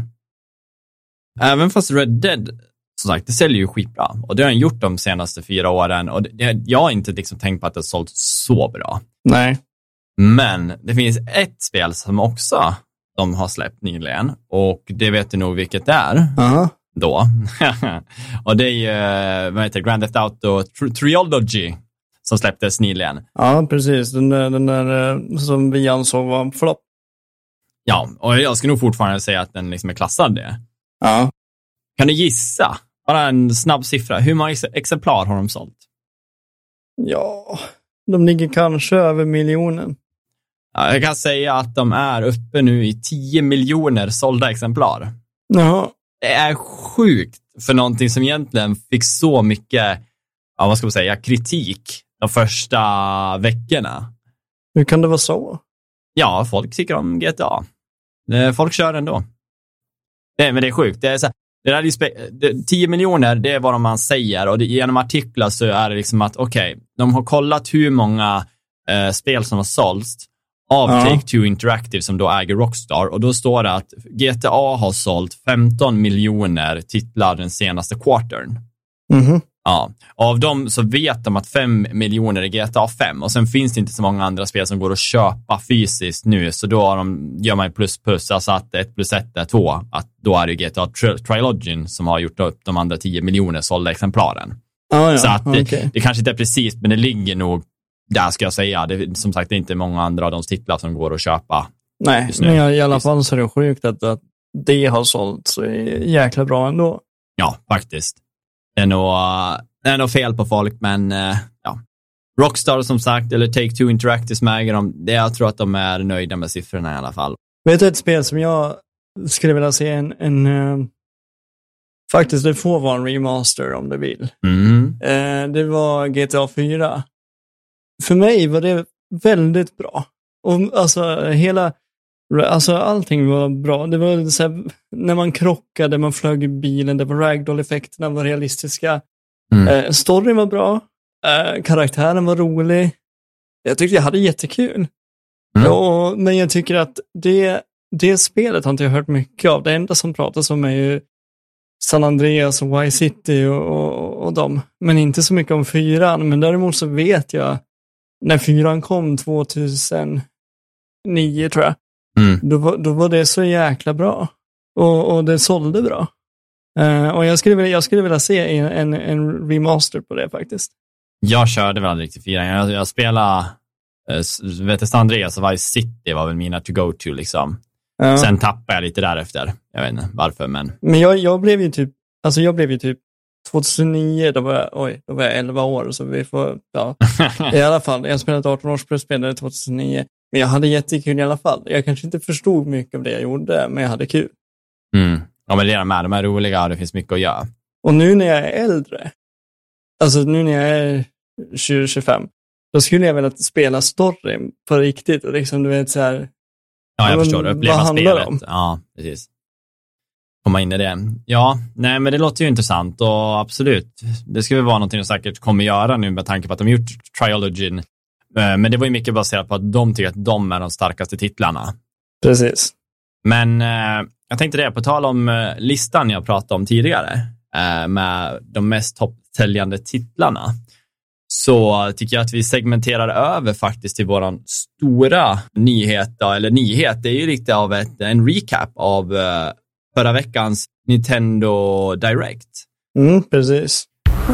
Även fast Red Dead, som sagt, det säljer ju skitbra, och det har den gjort de senaste 4 åren, och jag har inte liksom tänkt på att det har sålt så bra. Nej. Men det finns ett spel som också de har släppt nyligen, och det vet du nog vilket det är. Då. Och det är ju, vad heter det, Grand Theft Auto Trilogy som släpptes nyligen. Ja, precis. Den där som vi ansåg var flopp. Ja, och jag ska nog fortfarande säga att den liksom är klassad det. Ja. Kan du gissa, bara en snabb siffra, hur många exemplar har de sålt? Ja, de ligger kanske över 1 miljonen. Ja, jag kan säga att de är uppe nu i 10 miljoner sålda exemplar. Jaha. Det är sjukt för någonting som egentligen fick så mycket, vad ska man säga, kritik de första veckorna. Hur kan det vara så? Ja, folk tycker om GTA. Folk kör ändå. Men det är sjukt. Det är så, det där är 10 miljoner, det är vad man säger, och genom artiklar så är det liksom att de har kollat hur många spel som har sålts av Take-Two Interactive, som då äger Rockstar, och då står det att GTA har sålt 15 miljoner titlar den senaste quartern. Ja, av dem så vet de att 5 miljoner är GTA 5 och sen finns det inte så många andra spel som går att köpa fysiskt nu, så då gör man plus, alltså att 1 + 1 är 2, att då är det GTA Trilogin som har gjort upp de andra 10 miljoner sålda exemplaren. Så att det kanske inte är precis, men det ligger nog där, ska jag säga. Det, som sagt, det är inte många andra av de titlar som går att köpa. Nej, men i alla fall så är det sjukt att det har sålt så jäkla bra ändå. Ja, faktiskt. Det är nog fel på folk, men ja. Rockstar som sagt, eller Take-Two Interactive som äger dem, jag tror att de är nöjda med siffrorna i alla fall. Vet du ett spel som jag skulle vilja se faktiskt det får vara en remaster om du vill. Det var GTA 4. För mig var det väldigt bra. Och alltså allting var bra. Det var så här, när man krockade, man flög i bilen, det var ragdoll-effekterna var realistiska. Storyn var bra. Karaktären var rolig. Jag tyckte jag hade jättekul. Men jag tycker att det spelet har inte jag hört mycket av. Det enda som pratas om är ju San Andreas och Vice City och dem. Men inte så mycket om 4:an. Men däremot så vet jag när 4:an kom 2009 tror jag. Då var det så jäkla bra. Och det sålde bra. Och jag skulle vilja se en remaster på det faktiskt. Jag körde väl aldrig riktigt 4. Jag spelade San Andreas och Vice City var väl mina to go to liksom. Sen tappade jag lite därefter. Jag vet inte varför, men jag blev ju typ 2009, då var jag 11 år, så vi får i alla fall, jag spelade 18 års spelade 2009. Men jag hade jättekul i alla fall. Jag kanske inte förstod mycket av det jag gjorde, men jag hade kul. Ja, men det är de är roliga och det finns mycket att göra. Och nu när jag är äldre, alltså nu när jag är 20-25, då skulle jag vilja spela storyn på riktigt. Och liksom, du vet så här. Ja, jag förstår. Uppleva spelet. Ja, precis. Komma in i det. Ja, nej, men det låter ju intressant och absolut. Det ska väl vara någonting de säkert kommer göra nu med tanke på att de gjort Trilogin. Men det var ju mycket baserat på att de tycker att de är de starkaste titlarna. Precis. Men jag tänkte det, på tal om listan jag pratade om tidigare med de mest toppsäljande titlarna, så tycker jag att vi segmenterar över faktiskt till våran stora nyhet. Det är ju lite av en recap av förra veckans Nintendo Direct. Precis.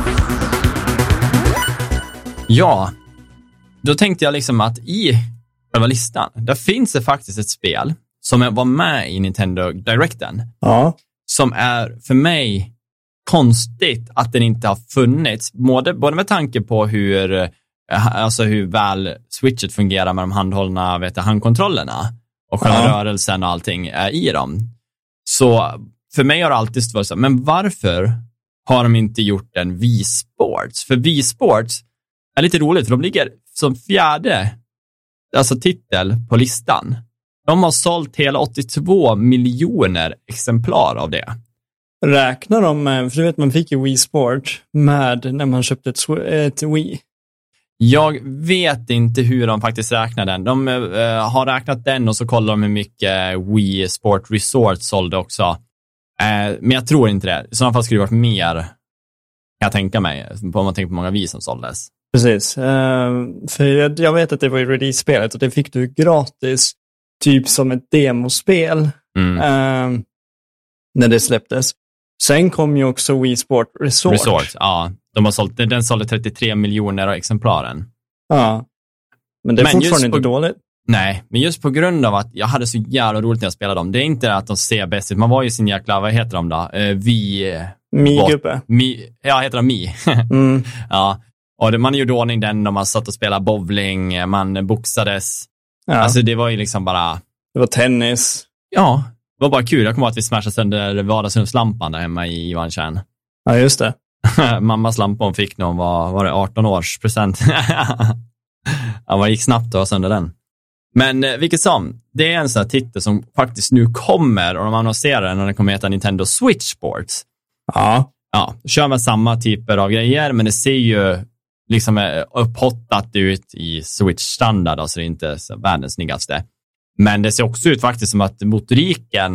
Ja, då tänkte jag liksom att i själva listan, där finns det faktiskt ett spel som var med i Nintendo Directen. Ja. Som är för mig konstigt att den inte har funnits. Både med tanke på hur väl Switchet fungerar med de handhållna handkontrollerna och själva rörelsen och allting i dem. Så för mig har det alltid varit så, men varför har de inte gjort en Wii Sports? För Wii Sports är lite roligt, för de ligger som 4:e titel på listan. De har sålt hela 82 miljoner exemplar av det. Räknar de med, för du vet man fick ju Wii Sport med när man köpte ett Wii. Jag vet inte hur de faktiskt räknar den. De har räknat den och så kollar de hur mycket Wii Sport Resort sålde också. Men jag tror inte det. I så fall skulle det varit mer, kan jag tänka mig, om man tänker på många Wii som såldes. Precis. För jag vet att det var ju release-spelet och det fick du gratis typ som ett demospel när det släpptes. Sen kom ju också Wii Sport Resort. Ja. Den sålde 33 miljoner av exemplaren. Ja. Men det är fortfarande inte dåligt. Nej, men just på grund av att jag hade så jävla roligt när jag spelade dem. Det är inte att de ser bäst ut. Man var ju sin jäkla, vad heter de då? Mi-gubbe. Heter de Mi? Ja. Och man gjorde ordning den och man satt och spelade bowling. Man boxades. Ja. Alltså det var ju liksom bara... Det var tennis. Ja, det var bara kul. Jag kommer ihåg att vi smashade sönder vardagsrumslampan där hemma i Johansjön. Ja, just det. Mammas lampa fick någon, var det 18 års present. Ja, man gick snabbt och sönder den. Men vilket som, det är en sån här titel som faktiskt nu kommer och de annonserar den och den kommer heta Nintendo Switch Sports. Ja. Ja, kör med samma typer av grejer, men det ser ju liksom upphottat ut i Switch-standard, alltså det är inte så världens snyggaste. Men det ser också ut faktiskt som att motoriken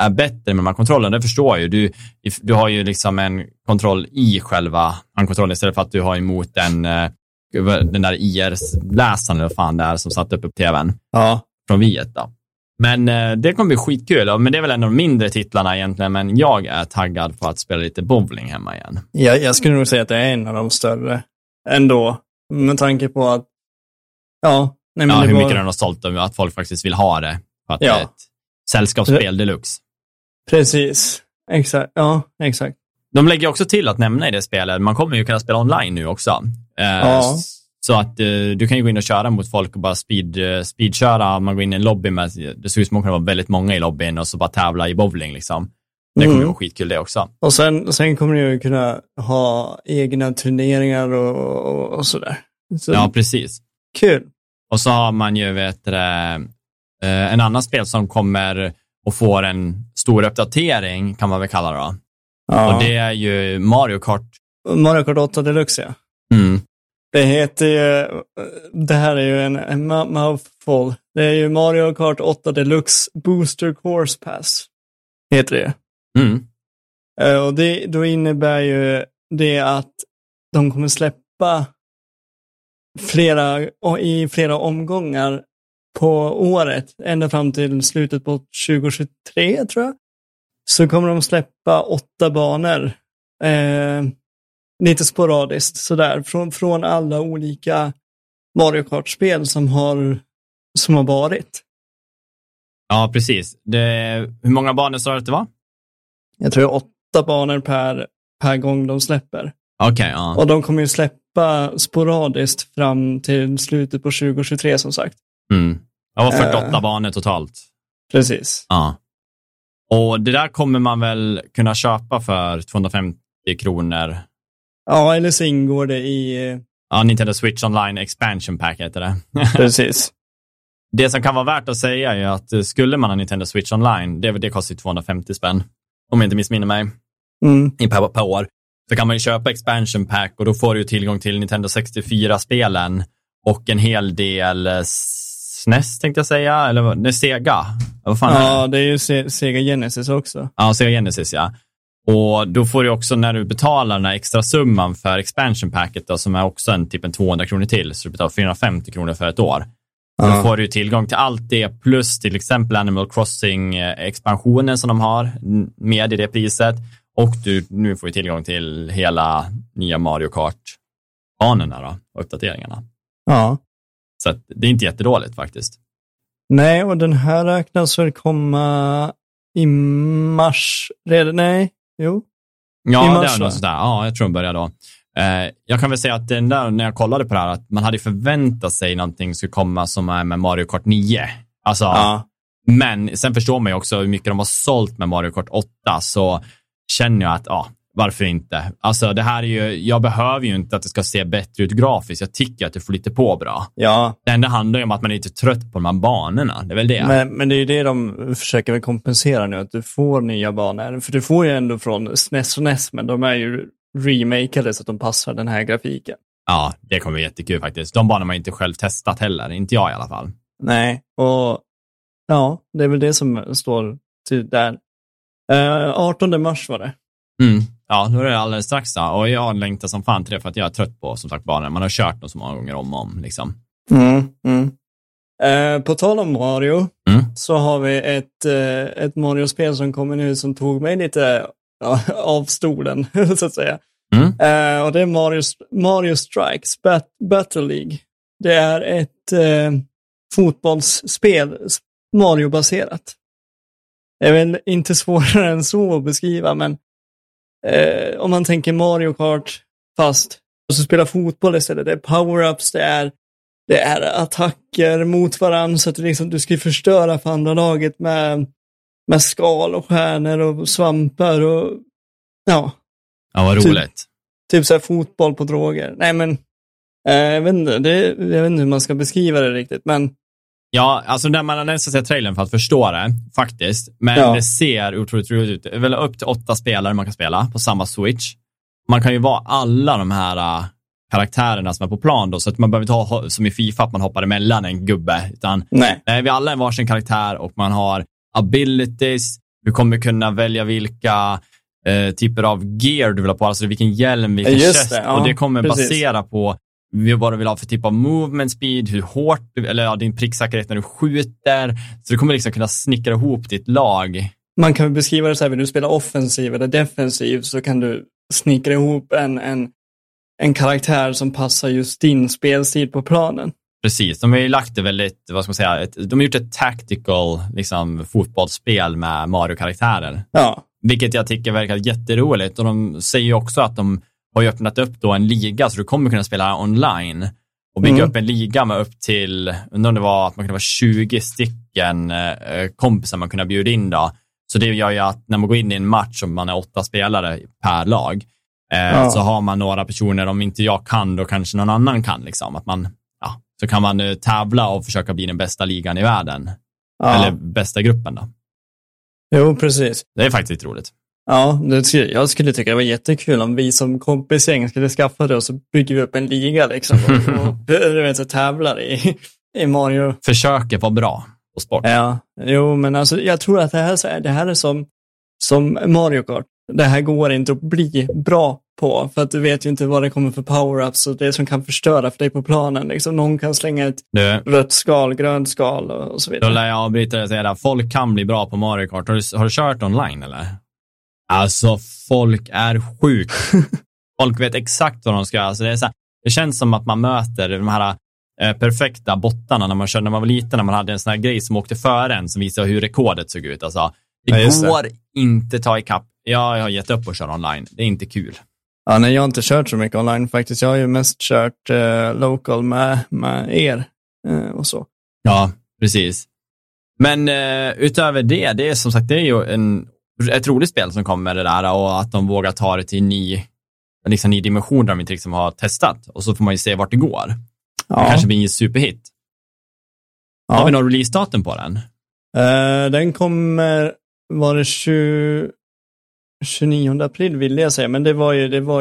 är bättre med de här kontrollerna, det förstår jag ju. Du har ju liksom en kontroll i själva handkontrollen istället för att du har emot den där IR-läsaren eller vad fan det är som satt upp tvn från Viet då. Men det kommer bli skitkul. Men det är väl en av de mindre titlarna egentligen. Men jag är taggad på att spela lite bowling hemma igen. Jag skulle nog säga att det är en av de större ändå. Med tanke på att hur mycket den har sålt och att folk faktiskt vill ha det. För att det är ett sällskapsspel deluxe. Precis. Exakt. Ja, exakt. De lägger också till att nämna i det spelet. Man kommer ju kunna spela online nu också. Så att du kan ju gå in och köra mot folk och bara speedköra. Man går in i en lobby med, det ser ut som att det vara väldigt många i lobbyn och så bara tävla i bowling liksom. Det kommer ju vara skitkul det också. Och sen kommer du ju kunna ha egna turneringar och sådär. Ja, precis. Kul. Och så har man ju en annan spel som kommer och får en stor uppdatering kan man väl kalla det då. Ja. Och det är ju Mario Kart 8 Deluxe, ja. Det heter ju, det här är ju en mouthful. Det är ju Mario Kart 8 Deluxe Booster Course Pass. Heter det. Och då innebär ju det att de kommer släppa i flera omgångar på året. Ända fram till slutet på 2023 tror jag. Så kommer de släppa 8 banor. Lite sporadiskt sådär från alla olika Mario Kart-spel som har varit. Ja, precis. Hur många banor sa du att det var? Jag tror 8 banor per gång de släpper. Okej, ja. Och de kommer ju släppa sporadiskt fram till slutet på 2023 som sagt. Ja, 48 banor totalt. Precis. Ja. Och det där kommer man väl kunna köpa för 250 kronor. Ja, eller så ingår det i... Nintendo Switch Online Expansion Pack heter det. Precis. Det som kan vara värt att säga är att skulle man ha Nintendo Switch Online, det kostar 250 spänn. Om jag inte missminner mig. Per år. Så kan man ju köpa Expansion Pack och då får du tillgång till Nintendo 64-spelen och en hel del SNES tänkte jag säga. Eller det är Sega. Vad fan är det? Det är ju Sega Genesis också. Ja, Sega Genesis, ja. Och då får du också när du betalar den här extra summan för expansion packet då, som är också en 200 kronor till, så du betalar 450 kronor för ett år. Då får du tillgång till allt det plus till exempel Animal Crossing expansionen som de har med i det priset. Och nu får du tillgång till hela nya Mario Kart-banorna då, och uppdateringarna. Ja. Så att det är inte jättedåligt faktiskt. Nej, och den här räknas väl komma i mars redan? Nej, jo. Ja, det är något sådär. Ja, jag tror den börjar då. Jag kan väl säga att den där, när jag kollade på det här, att man hade förväntat sig någonting skulle komma som är med Mario Kart 9. Alltså, men sen förstår man ju också hur mycket de har sålt med Mario Kart 8, så känner jag att, varför inte? Alltså, det här är ju, jag behöver ju inte att det ska se bättre ut grafiskt. Jag tycker att det får lite på bra. Ja. Det enda handlar ju om att man är lite trött på de här banorna. Det är väl det. Men det är ju det de försöker väl kompensera nu, att du får nya banor. För du får ju ändå från SNES och NES, men de är ju remakade så att de passar den här grafiken. Ja, det kommer bli jättekul faktiskt. De banorna har inte själv testat heller. Inte jag i alla fall. Nej, och ja, det är väl det som står till där. 18 mars var det. Ja, då är det alldeles strax då. Och jag längtar som fan till det för att jag är trött på, som sagt, banorna. Man har kört dem så många gånger om liksom. På tal om Mario så har vi ett Mario-spel som kommer nu som tog mig lite av stolen, så att säga. Och det är Mario Strikes Battle League. Det är ett fotbollsspel Mario-baserat. Det är väl inte svårare än så att beskriva, men om man tänker Mario Kart fast och så spelar fotboll istället. Det är power-ups, det är attacker mot varandra, så att du ska förstöra för andra laget med skal och stjärnor och svampar och ja, vad roligt. Typ så här fotboll på droger. Nej, men jag vet inte hur man ska beskriva det riktigt, men ja, alltså när man har nästan sett trailern för att förstå det, faktiskt. Men det ser otroligt roligt ut. Det är väl upp till 8 spelare man kan spela på samma Switch. Man kan ju vara alla de här karaktärerna som är på plan då, så att man behöver inte ha som i FIFA att man hoppar emellan en gubbe, utan vi alla är varsin karaktär och man har abilities, Du kommer kunna välja vilka typer av gear du vill ha på, alltså vilken hjälm, vilken chest, och det kommer basera på vad du vill ha för typ av movement speed, hur hårt eller din pricksäkerhet när du skjuter, så du kommer liksom kunna snickra ihop ditt lag. Man kan beskriva det så här, vill du spela offensiv eller defensiv så kan du snickra ihop en karaktär som passar just din spelstil på planen. Precis, de har ju lagt det väldigt, vad ska man säga, de har gjort ett tactical liksom, fotbollsspel med Mario-karaktärer. Ja. Vilket jag tycker verkar jätteroligt, och de säger ju också att de har ju öppnat upp då en liga så du kommer kunna spela online och bygga upp en liga med upp till, undrar om det var att man kunde vara 20 stycken kompisar man kunde bjuda in då. Så det gör ju att när man går in i en match och man är 8 spelare per lag så har man några personer, om inte jag kan då kanske någon annan kan liksom, att man, så kan man tävla och försöka bli den bästa ligan i världen. Eller bästa gruppen då. Jo, precis. Det är faktiskt roligt. Ja, jag skulle tycka det var jättekul om vi som kompisgäng skulle skaffa det och så bygger vi upp en liga liksom och tävlar i Mario. Försöker vara bra på sport. Ja, jo, men alltså jag tror att det här är som Mario Kart. Det här går inte att bli bra på, för att du vet ju inte vad det kommer för power-ups och det som kan förstöra för dig på planen. Liksom, någon kan slänga ett rött skal, grönt skal och så vidare. Då lär jag avbryta det och säga att folk kan bli bra på Mario Kart. Har du kört online eller? Alltså, folk är sjukt. Folk vet exakt vad de ska göra. Alltså, det känns som att man möter de här perfekta bottarna när man var liten, när man hade en sån här grej som åkte före en som visade hur rekordet såg ut. Alltså, det går inte ta ikapp. Jag har gett upp och köra online. Det är inte kul. Ja, nej, jag har inte kört så mycket online faktiskt. Jag har ju mest kört local med er och så. Ja, precis. Men utöver det är som sagt, det är ju ett roligt spel som kommer med det där, och att de vågar ta det till ny dimension där de inte liksom har testat, och så får man ju se vart det går. Ja. Det kanske blir en superhit. Ja. Har vi någon release-datum på den? Den kommer, var det 29 april vill jag säga, men det var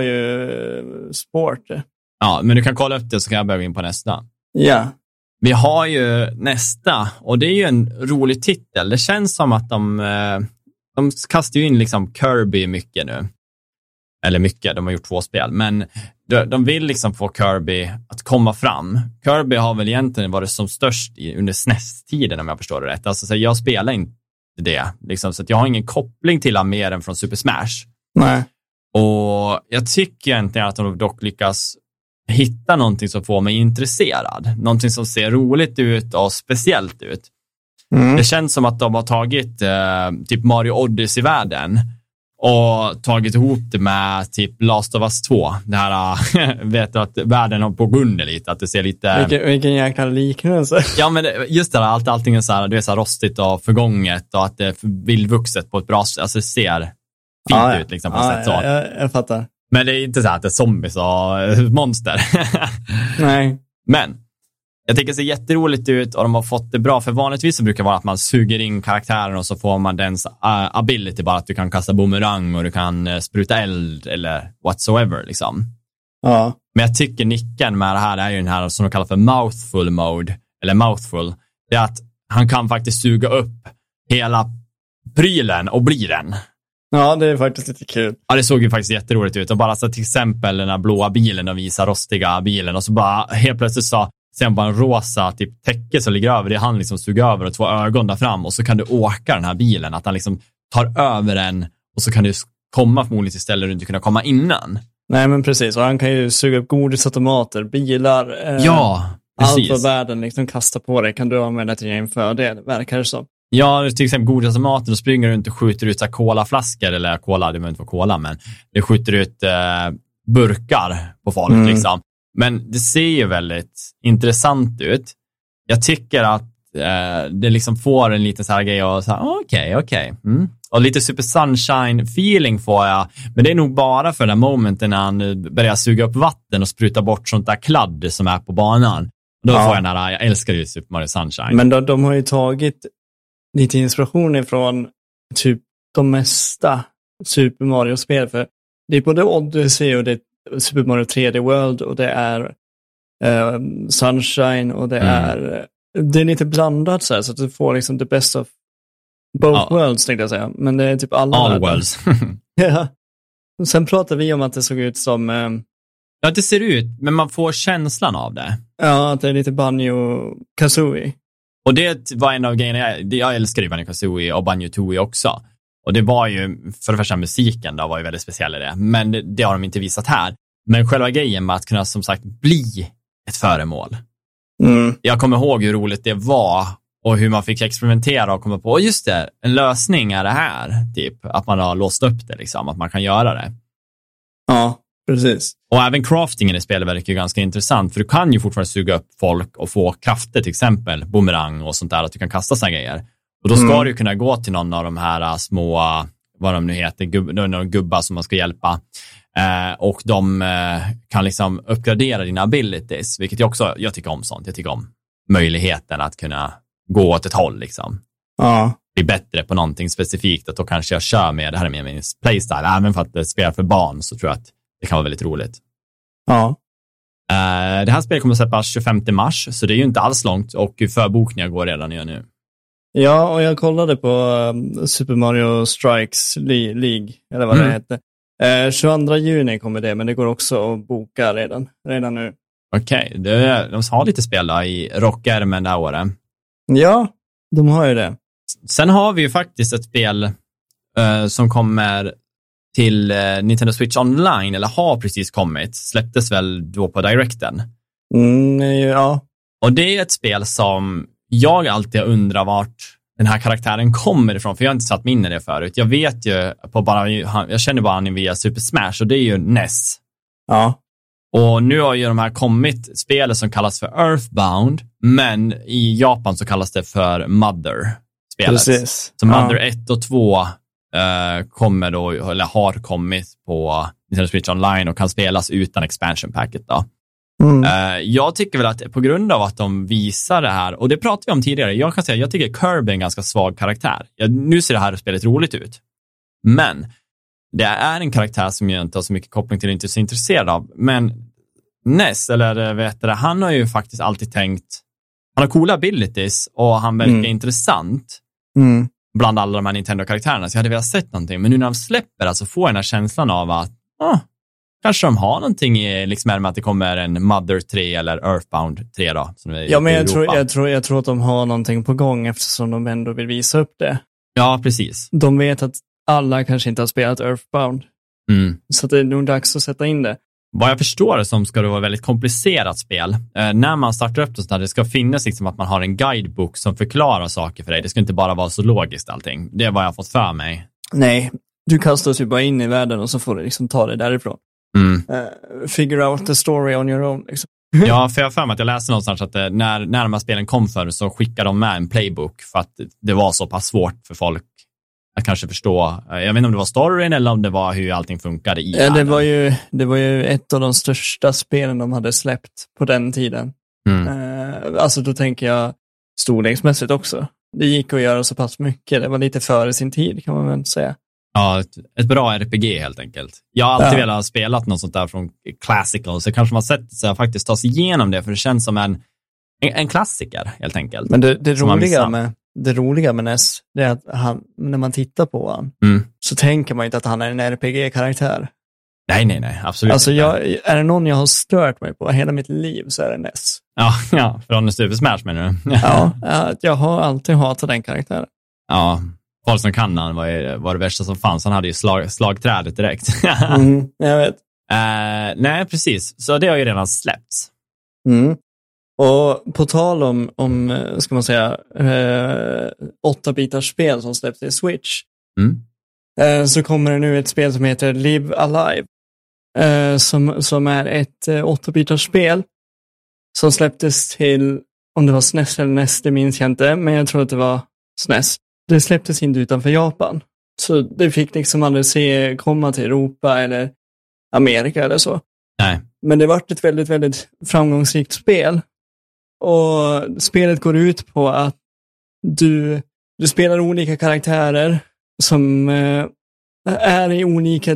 ju sport. Ja, men du kan kolla upp det så kan jag börja in på nästa. Ja. Vi har ju nästa, och det är ju en rolig titel. Det känns som att de kastar ju in liksom Kirby mycket nu. Eller mycket, de har gjort 2 spel. Men de vill liksom få Kirby att komma fram. Kirby har väl egentligen varit som störst under SNES-tiden, om jag förstår det rätt. Alltså, så jag spelar inte det. Liksom, så att jag har ingen koppling till mer än från Super Smash. Nej. Och jag tycker inte att de dock lyckas hitta någonting som får mig intresserad. Någonting som ser roligt ut och speciellt ut. Det känns som att de har tagit typ Mario Odyssey-världen och tagit ihop det med typ Last of Us 2. Det här, vet du att världen har på under lite, att det ser lite... Vilken jäkla liknelse. Ja, men just det där, allting är så här, det är så här rostigt och förgånget, och att det är vildvuxet på ett bra sätt. Alltså det ser fint ut liksom på ett sätt så. Jag fattar. Men det är inte så här att det är zombies och monster. Nej. Men jag tycker det ser jätteroligt ut, och de har fått det bra, för vanligtvis så brukar det vara att man suger in karaktären och så får man dens ability, bara att du kan kasta boomerang och du kan spruta eld eller whatsoever liksom. Ja. Men jag tycker nicken med det här är ju den här som de kallar för mouthful mode, eller mouthful. Det är att han kan faktiskt suga upp hela prylen och bli den. Ja, det är faktiskt lite kul. Ja, det såg ju faktiskt jätteroligt ut. Och bara så till exempel den här blåa bilen och visar rostiga bilen, och så bara helt plötsligt så sen bara en rosa typ täcke som ligger över, det han liksom suger över, och 2 ögon där fram, och så kan du åka den här bilen, att han liksom tar över den, och så kan du komma förmodligen till ställen du inte kunde komma innan. Nej, men precis, och han kan ju suga upp godisautomater, bilar, ja, precis. Allt vad världen liksom kastar på dig kan du använda till en fördel, verkar det som. Ja, till exempel godisautomater, då springer du inte och skjuter ut så här colaflaskor, eller cola, det behöver inte vara cola, men det skjuter ut burkar på folk liksom. Men det ser ju väldigt intressant ut. Jag tycker att det liksom får en liten så här grej och så här, okej. Och lite Super Sunshine-feeling får jag. Men det är nog bara för den momenten när han börjar suga upp vatten och spruta bort sånt där kladd som är på banan. Då får jag den här, jag älskar ju Super Mario Sunshine. Men de har ju tagit lite inspiration ifrån typ de mesta Super Mario-spel. För det är både Odyssey och det är Super Mario 3D World, och det är Sunshine, och det är lite blandat så här, så att du får liksom the best of Both worlds tänkte jag säga, men det är typ alla All världar. worlds. Ja. Sen pratar vi om att det såg ut som... Ja, det ser ut, men man får känslan av det. Ja, att det är lite Banjo-Kazooie. Och det var en av grejerna, jag älskar ju Banjo-Kazooie och Banjo-Tooie också. Och det var ju, för det första musiken då var ju väldigt speciell i det. Men det har de inte visat här. Men själva grejen med att kunna som sagt bli ett föremål. Jag kommer ihåg hur roligt det var och hur man fick experimentera och komma på, just det, en lösning är det här. Typ, att man har låst upp det liksom, att man kan göra det. Ja, precis. Och även craftingen i spelet verkar ju ganska intressant, för du kan ju fortfarande suga upp folk och få krafter, till exempel boomerang och sånt där, att du kan kasta såna grejer. Och då ska du kunna gå till någon av de här små, vad de nu heter, några gubbar som man ska hjälpa. Och de kan liksom uppgradera dina abilities, vilket jag tycker om sånt. Jag tycker om möjligheten att kunna gå åt ett håll liksom. Ja. Bli bättre på någonting specifikt, att då kanske jag kör med det här med min playstyle. Även för att det spelar för barn så tror jag att det kan vara väldigt roligt. Ja. Det här spelet kommer att släppas 25 mars, så det är ju inte alls långt, och förbokningar går redan nu. Ja, och jag kollade på Super Mario Strikes League, eller vad det heter. 22 juni kommer det, men det går också att boka redan nu. Okej, de har lite spel då i rockärmen där året. Ja, de har ju det. Sen har vi ju faktiskt ett spel som kommer till Nintendo Switch Online, eller har precis kommit. Släpptes väl då på Directen. Ja. Och det är ett spel som jag alltid undrar vart den här karaktären kommer ifrån, för jag har inte satt mig in i det förut. Jag vet ju, jag känner bara han via Super Smash, och det är ju Ness. Ja. Och nu har ju de här kommit spel som kallas för Earthbound, men i Japan så kallas det för Mother-spelet. Precis. Så Mother 1 och 2 kommer då, eller har kommit på Nintendo Switch Online och kan spelas utan expansion packet då. Jag tycker väl att på grund av att de visar det här, och det pratade vi om tidigare, jag kan säga jag tycker Kirby är en ganska svag karaktär. Nu ser det här spelet roligt ut, men det är en karaktär som jag inte har så mycket koppling till och inte är så intresserad av. Men Ness, eller han har ju faktiskt alltid tänkt, han har coola abilities och han verkar intressant bland alla de här Nintendo-karaktärerna, så jag hade velat sett någonting. Men nu när de släpper, alltså får jag den här känslan av att kanske de har någonting i liksom, med att det kommer en Mother 3 eller Earthbound 3 då. Ja, men jag tror att de har någonting på gång, eftersom de ändå vill visa upp det. Ja, precis. De vet att alla kanske inte har spelat Earthbound. Så det är nog dags att sätta in det. Vad jag förstår det som ska det vara ett väldigt komplicerat spel. När man startar upp det så där, det ska finnas liksom att man har en guidebok som förklarar saker för dig. Det ska inte bara vara så logiskt allting. Det är vad jag har fått för mig. Nej, du kastas ju bara in i världen och så får du liksom ta det därifrån. Figure out the story on your own. Liksom. Ja, för jag har för mig att jag läste någonstans att när de här spelen kom för så skickade de med en playbook för att det var så pass svårt för folk att kanske förstå. Jag vet inte om det var storyn eller om det var hur allting funkade i världen. Det var ju ett av de största spelen de hade släppt på den tiden. Alltså då tänker jag storleksmässigt också. Det gick att göra så pass mycket. Det var lite före sin tid, kan man väl säga. Ja, ett bra RPG helt enkelt. Jag har alltid velat ha spelat något sånt där från Classical, så kanske man sätter sig och faktiskt ta sig igenom det, för det känns som en klassiker helt enkelt. Men det roliga med Ness, det är att när man tittar på honom så tänker man inte att han är en RPG-karaktär. Nej, absolut alltså inte. Är det någon jag har stört mig på hela mitt liv så är det Ness. Ja, från Super Smash menar du? Ja, jag har alltid hatat den karaktären. Ja, folk som kan han var det värsta som fanns. Han hade ju slagträdet direkt. Jag vet. Nej, precis. Så det har ju redan släppts. Och på tal om ska man säga 8-bitars spel som släpps i Switch, så kommer det nu ett spel som heter Live Alive, som är ett 8-bitars spel som släpptes till, om det var SNES eller NES, det minns jag inte, men jag tror att det var SNES. Det släpptes inte utanför Japan, så det fick liksom aldrig komma till Europa eller Amerika eller så. Nej. Men det var ett väldigt, väldigt framgångsrikt spel. Och spelet går ut på att du spelar olika karaktärer som är i olika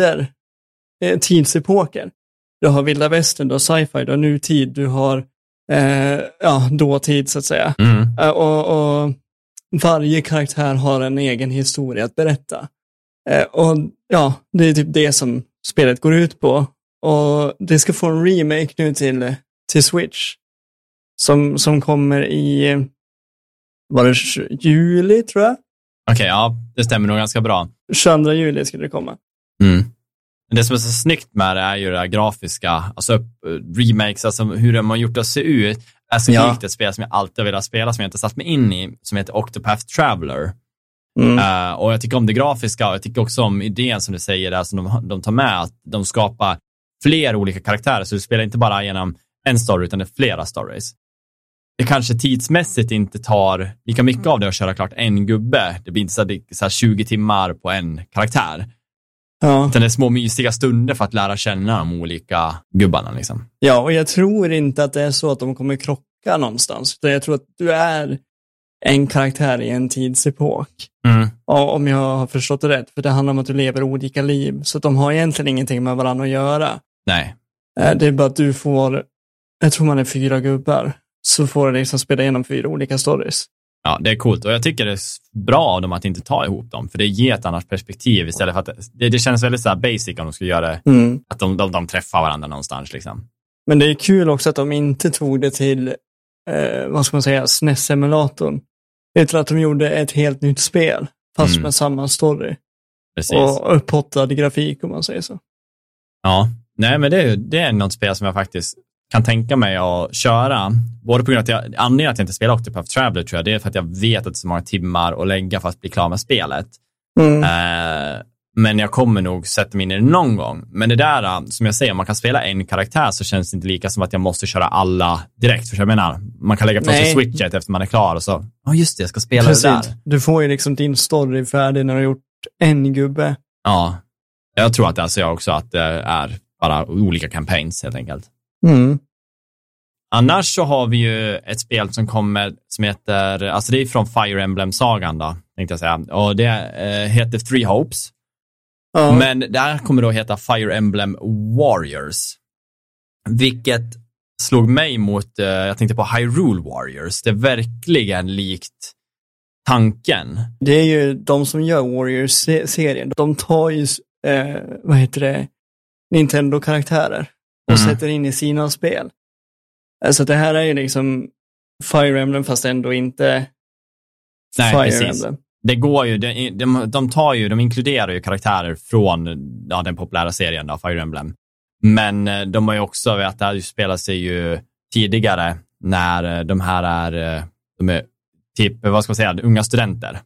tidsepoker. Du har vilda västern, du har sci-fi, du har nutid, du har dåtid så att säga. Och varje karaktär har en egen historia att berätta. Och ja, det är typ det som spelet går ut på. Och det ska få en remake nu till Switch. Som kommer i, var det juli tror jag? Okej, ja, det stämmer nog ganska bra. 22 juli skulle det komma. Det som är så snyggt med det är ju det här grafiska, alltså remakes, alltså hur de har gjort det se ut, är så likt ett spel som jag alltid har velat spela, som jag inte satt mig in i, som heter Octopath Traveler. Och jag tycker om det grafiska, och jag tycker också om idén som du säger där, som de tar med, att de skapar fler olika karaktärer, så du spelar inte bara genom en story, utan det är flera stories. Det kanske tidsmässigt inte tar lika mycket av det att köra klart en gubbe. Det blir inte så här 20 timmar på en karaktär. Ja. Utan det är små mysiga stunder för att lära känna de olika gubbarna liksom. Ja, och jag tror inte att det är så att de kommer krocka någonstans. Utan jag tror att du är en karaktär i en tidsepok. Ja, om jag har förstått det rätt. För det handlar om att du lever olika liv. Så att de har egentligen ingenting med varandra att göra. Nej. Det är bara att du får, jag tror man är 4 gubbar. Så får du liksom spela igenom 4 olika stories. Ja, det är coolt. Och jag tycker det är bra av dem att inte ta ihop dem. För det ger ett annat perspektiv istället för att det känns väldigt så här basic om de skulle göra det. Att de träffar varandra någonstans liksom. Men det är kul också att de inte tog det till, vad ska man säga, SNES-emulatorn. Utan att de gjorde ett helt nytt spel. Fast med samma story. Precis. Och upphottad grafik om man säger så. Ja, nej men det är något spel som jag faktiskt kan tänka mig att köra. Både på grund av att anledningen att jag inte spelar Octopath Traveler tror jag, det är för att jag vet att det är så många timmar att lägga för att bli klar med spelet. Men jag kommer nog sätta mig in i det någon gång. Men det där, som jag säger, om man kan spela en karaktär så känns det inte lika som att jag måste köra alla direkt. För jag menar, man kan lägga på sig switchet efter man är klar och så, just det, jag ska spela det där. Du får ju liksom din story färdig när du har gjort en gubbe. Ja, jag tror att det är också att det är bara olika campaigns helt enkelt. Annars så har vi ju ett spel som kommer som heter, alltså det är från Fire Emblem-sagan då, tänkte jag säga. Och det heter Three Hopes. Men det här kommer då heta Fire Emblem Warriors. Vilket slog mig mot, jag tänkte på Hyrule Warriors. Det är verkligen likt tanken. Det är ju de som gör Warriors-serien. De tar ju, Nintendo-karaktärer och sätter in i sina spel. Alltså det här är ju liksom Fire Emblem fast ändå inte Fire Emblem. Det går ju, de inkluderar ju karaktärer från den populära serien då, Fire Emblem. Men de har ju också, att det här spelar sig ju tidigare när de är typ, vad ska man säga, unga studenter.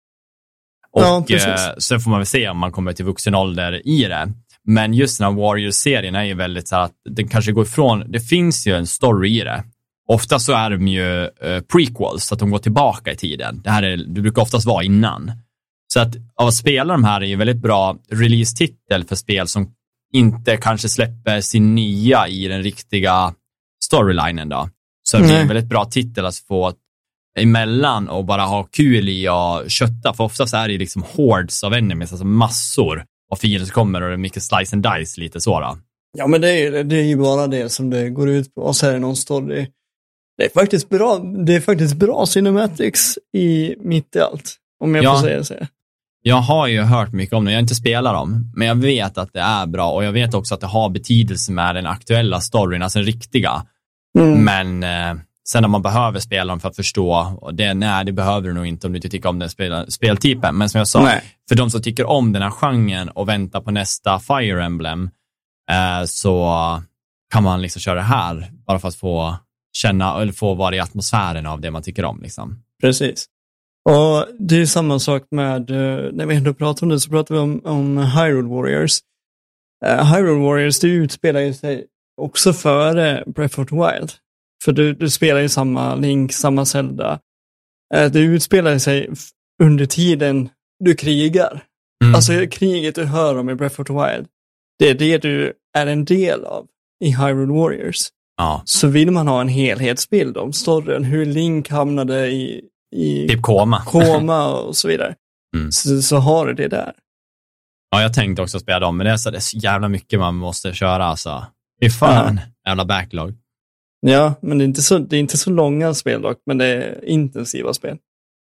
Och så får man väl se om man kommer till vuxen ålder i det. Men just den här Warriors-serien är ju väldigt så att den kanske går ifrån, det finns ju en story i det. Ofta så är de ju prequels, så att de går tillbaka i tiden. Det brukar oftast vara innan. Så att spela de här är ju väldigt bra release-titel för spel som inte kanske släpper sin nya i den riktiga storylinen då. Så det är en väldigt bra titel att få emellan och bara ha kul i och kötta. För oftast är det liksom hordes av enemies, alltså massor av fiender som kommer och det är mycket slice and dice lite så då. Ja, men det är ju bara det som det går ut på. Och så är det någon story. Det är faktiskt bra cinematics mitt i allt. Om jag får säga så. Jag har ju hört mycket om det. Jag har inte spelat dem. Men jag vet att det är bra. Och jag vet också att det har betydelse med den aktuella storyn. Alltså den riktiga. Men sen när man behöver spela dem för att förstå. Och det behöver du nog inte om du inte tycker om den speltypen. Men som jag sa. För de som tycker om den här genren och väntar på nästa Fire Emblem. Så kan man liksom köra det här. Bara för att få känna eller få vara i atmosfären av det man tycker om liksom. Precis. Och det är samma sak med, när vi ändå pratar om det så pratar vi om Hyrule Warriors. Hyrule Warriors, det utspelar ju sig också före Breath of the Wild. För du spelar ju samma Link, samma Zelda. Det utspelar sig under tiden du krigar. Alltså kriget du hör om i Breath of the Wild. Det är det du är en del av i Hyrule Warriors. Ja. Så vill man ha en helhetsbild om storyn, hur Link hamnade i typ koma och så vidare. Så har du det där. Ja, jag tänkte också spela dem, men det är så jävla mycket man måste köra alltså. Det är fan jävla backlog. Ja, men det är inte så långa spel dock, men det är intensiva spel.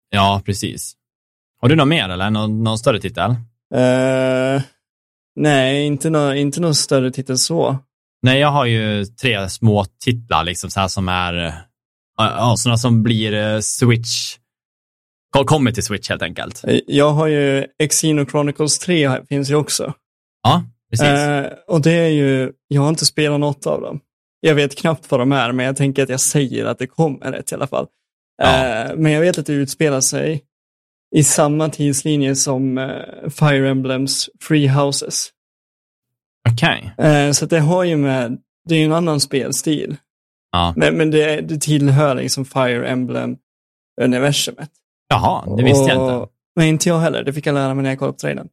Ja, precis. Har du något mer eller? Någon större titel? Nej, inte någon större titel så. Nej, jag har ju 3 små titlar liksom så här som är sådana som blir Switch. Kommer till Switch helt enkelt. Jag har ju Xeno Chronicles 3 finns ju också. Ja, precis. Och det är ju, jag har inte spelat något av dem. Jag vet knappt vad de är, men jag tänker att jag säger att det kommer ett i alla fall. Ja. Men jag vet att det utspelar sig i samma tidslinje som Fire Emblems Free Houses. Okej. Så det har ju det är ju en annan spelstil. Ja. Men det tillhör liksom Fire Emblem-universumet. Jaha, det visste jag inte. Men inte jag heller, det fick jag lära mig när jag kollade på trailern.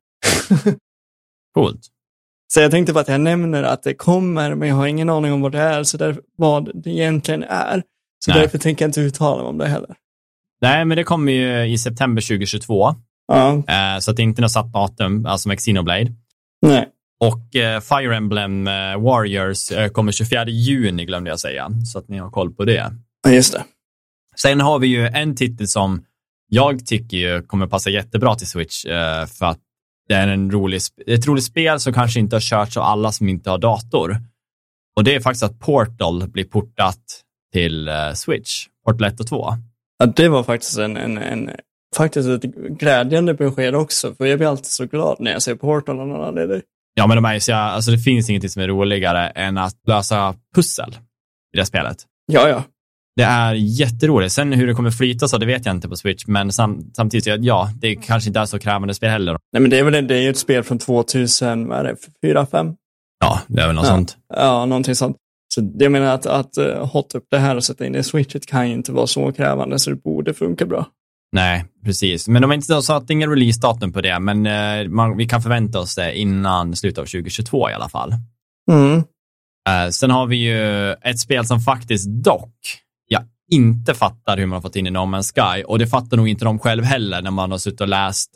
Coolt. Så jag tänkte bara att jag nämner att det kommer, men jag har ingen aning om vad det är, så vad det egentligen är. Så därför tänker jag inte uttala mig om det heller. Nej, men det kommer ju i september 2022. Ja. Så att det inte är något satt datum, alltså med Xenoblade. Nej. Och Fire Emblem Warriors kommer 24 juni, glömde jag säga. Så att ni har koll på det. Ja, just det. Sen har vi ju en titel som jag tycker ju kommer passa jättebra till Switch. För att det är ett roligt spel som kanske inte har körts av alla som inte har dator. Och det är faktiskt att Portal blir portat till Switch. Portal 1 och 2. Ja, det var faktiskt faktiskt ett glädjande besked också. För jag blir alltid så glad när jag ser Portal och någon anledning. Ja, men alltså det finns ingenting som är roligare än att lösa pussel i det spelet. Ja. Det är jätteroligt. Sen hur det kommer flyta så det vet jag inte på Switch. Men samtidigt, ja, det kanske inte är så krävande spel heller. Nej, men det är ju ett spel från 2000, vad är det, 4-5? Ja, det är väl något sånt. Ja, någonting sånt. Så jag menar att hotta upp det här och sätta in det i Switchet kan ju inte vara så krävande, så det borde funka bra. Nej, precis. Men de har inte satt ingen release-datum på det, men vi kan förvänta oss det innan slutet av 2022 i alla fall. Mm. Sen har vi ju ett spel som faktiskt dock jag inte fattar hur man har fått in i No Man's Sky, och det fattar nog inte de själv heller när man har suttit och läst